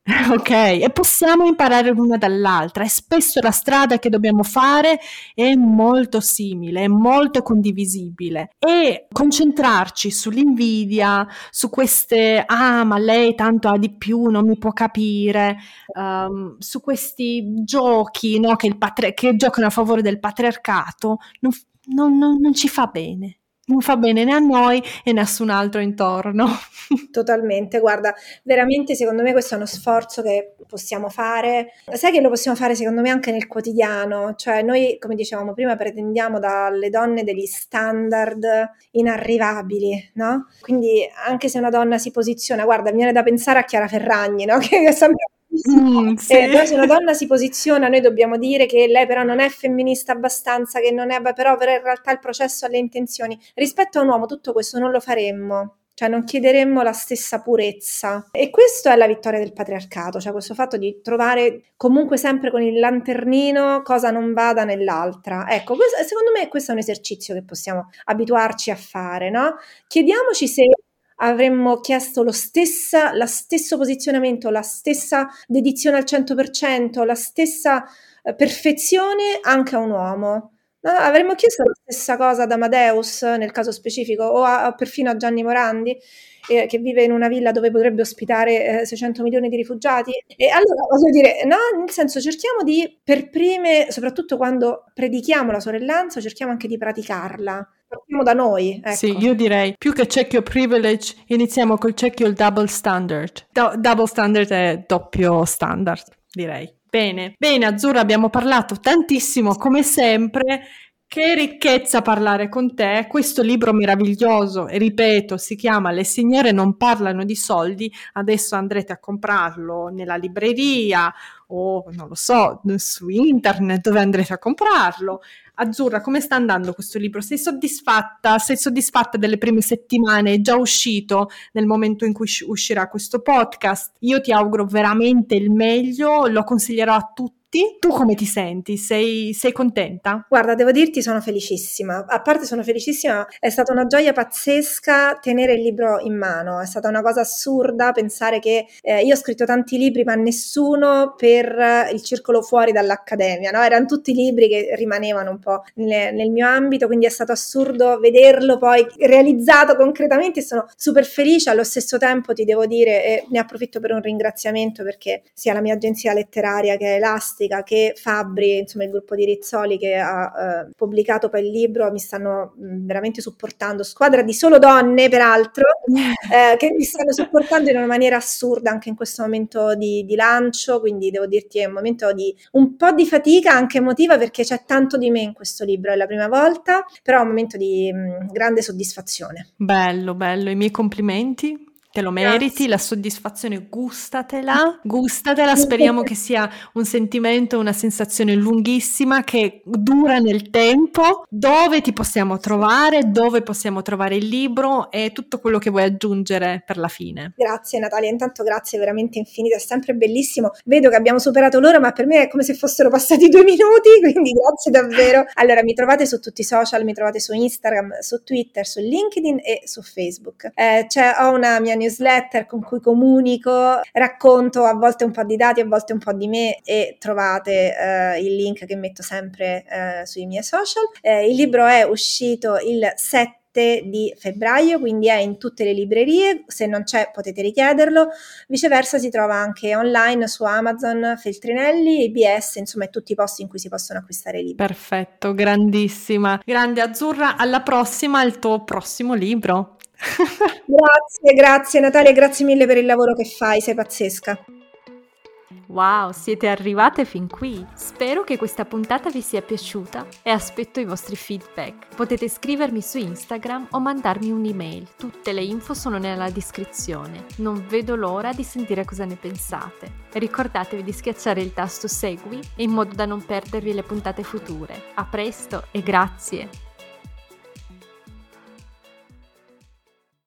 A: Ok, e possiamo imparare l'una dall'altra e spesso la strada che dobbiamo fare è molto simile, è molto condivisibile e concentrarci sull'invidia, su queste, ah, ma lei tanto ha di più, non mi può capire, um, su questi giochi, no, che, il patri- che giocano a favore del patriarcato, non, non- non- non ci fa bene. Non fa bene né a noi e nessun altro intorno.
B: Totalmente, guarda, veramente secondo me questo è uno sforzo che possiamo fare. Sai che lo possiamo fare secondo me anche nel quotidiano, cioè noi, come dicevamo prima, pretendiamo dalle donne degli standard inarrivabili, no? Quindi anche se una donna si posiziona, guarda, mi viene da pensare a Chiara Ferragni, no? Che è sempre...
A: Mm, sì.
B: Eh, però se una donna si posiziona, noi dobbiamo dire che lei però non è femminista abbastanza, che non è, però, però in realtà il processo ha le intenzioni. Rispetto a un uomo tutto questo non lo faremmo. Cioè non chiederemmo la stessa purezza. E questo è la vittoria del patriarcato, cioè questo fatto di trovare comunque sempre con il lanternino cosa non vada nell'altra. Ecco, questo, secondo me questo è un esercizio che possiamo abituarci a fare, no? Chiediamoci se avremmo chiesto lo stessa, la stesso posizionamento, la stessa dedizione al cento per cento, la stessa eh, perfezione anche a un uomo. No, avremmo chiesto la stessa cosa ad Amadeus, nel caso specifico, o a, perfino a Gianni Morandi, eh, che vive in una villa dove potrebbe ospitare eh, seicento milioni di rifugiati. E allora, voglio dire, no, nel senso, cerchiamo di, per prime, soprattutto quando predichiamo la sorellanza, cerchiamo anche di praticarla. Partiamo da noi, ecco.
A: Sì, io direi, più che check your privilege, iniziamo col check your double standard. Do- double standard è doppio standard, direi. Bene, bene Azzurra, abbiamo parlato tantissimo come sempre, che ricchezza parlare con te, questo libro meraviglioso, e ripeto, si chiama Le signore non parlano di soldi, adesso andrete a comprarlo nella libreria o non lo so, su internet dove andrete a comprarlo. Azzurra, come sta andando questo libro? Sei soddisfatta? Sei soddisfatta delle prime settimane? È già uscito nel momento in cui uscirà questo podcast? Io ti auguro veramente il meglio, lo consiglierò a tutti. Tu come ti senti? Sei, sei contenta?
B: Guarda, devo dirti, sono felicissima. A parte sono felicissima, è stata una gioia pazzesca tenere il libro in mano. È stata una cosa assurda pensare che eh, io ho scritto tanti libri, ma nessuno per il circolo fuori dall'accademia, no? Erano tutti libri che rimanevano un po' nel, nel mio ambito, quindi è stato assurdo vederlo poi realizzato concretamente. Sono super felice. Allo stesso tempo ti devo dire, e ne approfitto per un ringraziamento, perché sia la mia agenzia letteraria che è Elastica, che Fabbri, insomma il gruppo di Rizzoli che ha eh, pubblicato poi il libro, mi stanno mh, veramente supportando, squadra di solo donne peraltro, eh, che mi stanno supportando in una maniera assurda anche in questo momento di, di lancio, quindi devo dirti è un momento di un po' di fatica anche emotiva, perché c'è tanto di me in questo libro, è la prima volta, però è un momento di mh, grande soddisfazione.
A: Bello, bello, i miei complimenti. Te lo meriti,
B: Grazie.
A: la soddisfazione gustatela, gustatela, speriamo che sia un sentimento, una sensazione lunghissima che dura nel tempo, dove ti possiamo trovare, dove possiamo trovare il libro e tutto quello che vuoi aggiungere per la fine.
B: Grazie Natalia, intanto grazie veramente infinite, è sempre bellissimo, vedo che abbiamo superato l'ora, ma per me è come se fossero passati due minuti, quindi grazie davvero. Allora, mi trovate su tutti i social, mi trovate su Instagram, su Twitter, su LinkedIn e su Facebook. Eh, c'è, ho una mia newsletter con cui comunico, racconto a volte un po' di dati, a volte un po' di me, e trovate eh, il link che metto sempre eh, sui miei social. Eh, il libro è uscito il sette di febbraio, quindi è in tutte le librerie, se non c'è potete richiederlo, viceversa si trova anche online su Amazon, Feltrinelli, I B S, insomma tutti i posti in cui si possono acquistare i libri.
A: Perfetto, grandissima, grande Azzurra, alla prossima, al tuo prossimo libro.
B: Grazie, grazie Natalia, grazie mille per il lavoro che fai, sei pazzesca.
C: Wow, siete arrivate fin qui! Spero che questa puntata vi sia piaciuta e aspetto i vostri feedback. Potete scrivermi su Instagram o mandarmi un'email, tutte le info sono nella descrizione. Non vedo l'ora di sentire cosa ne pensate. Ricordatevi di schiacciare il tasto segui in modo da non perdervi le puntate future. A presto e grazie!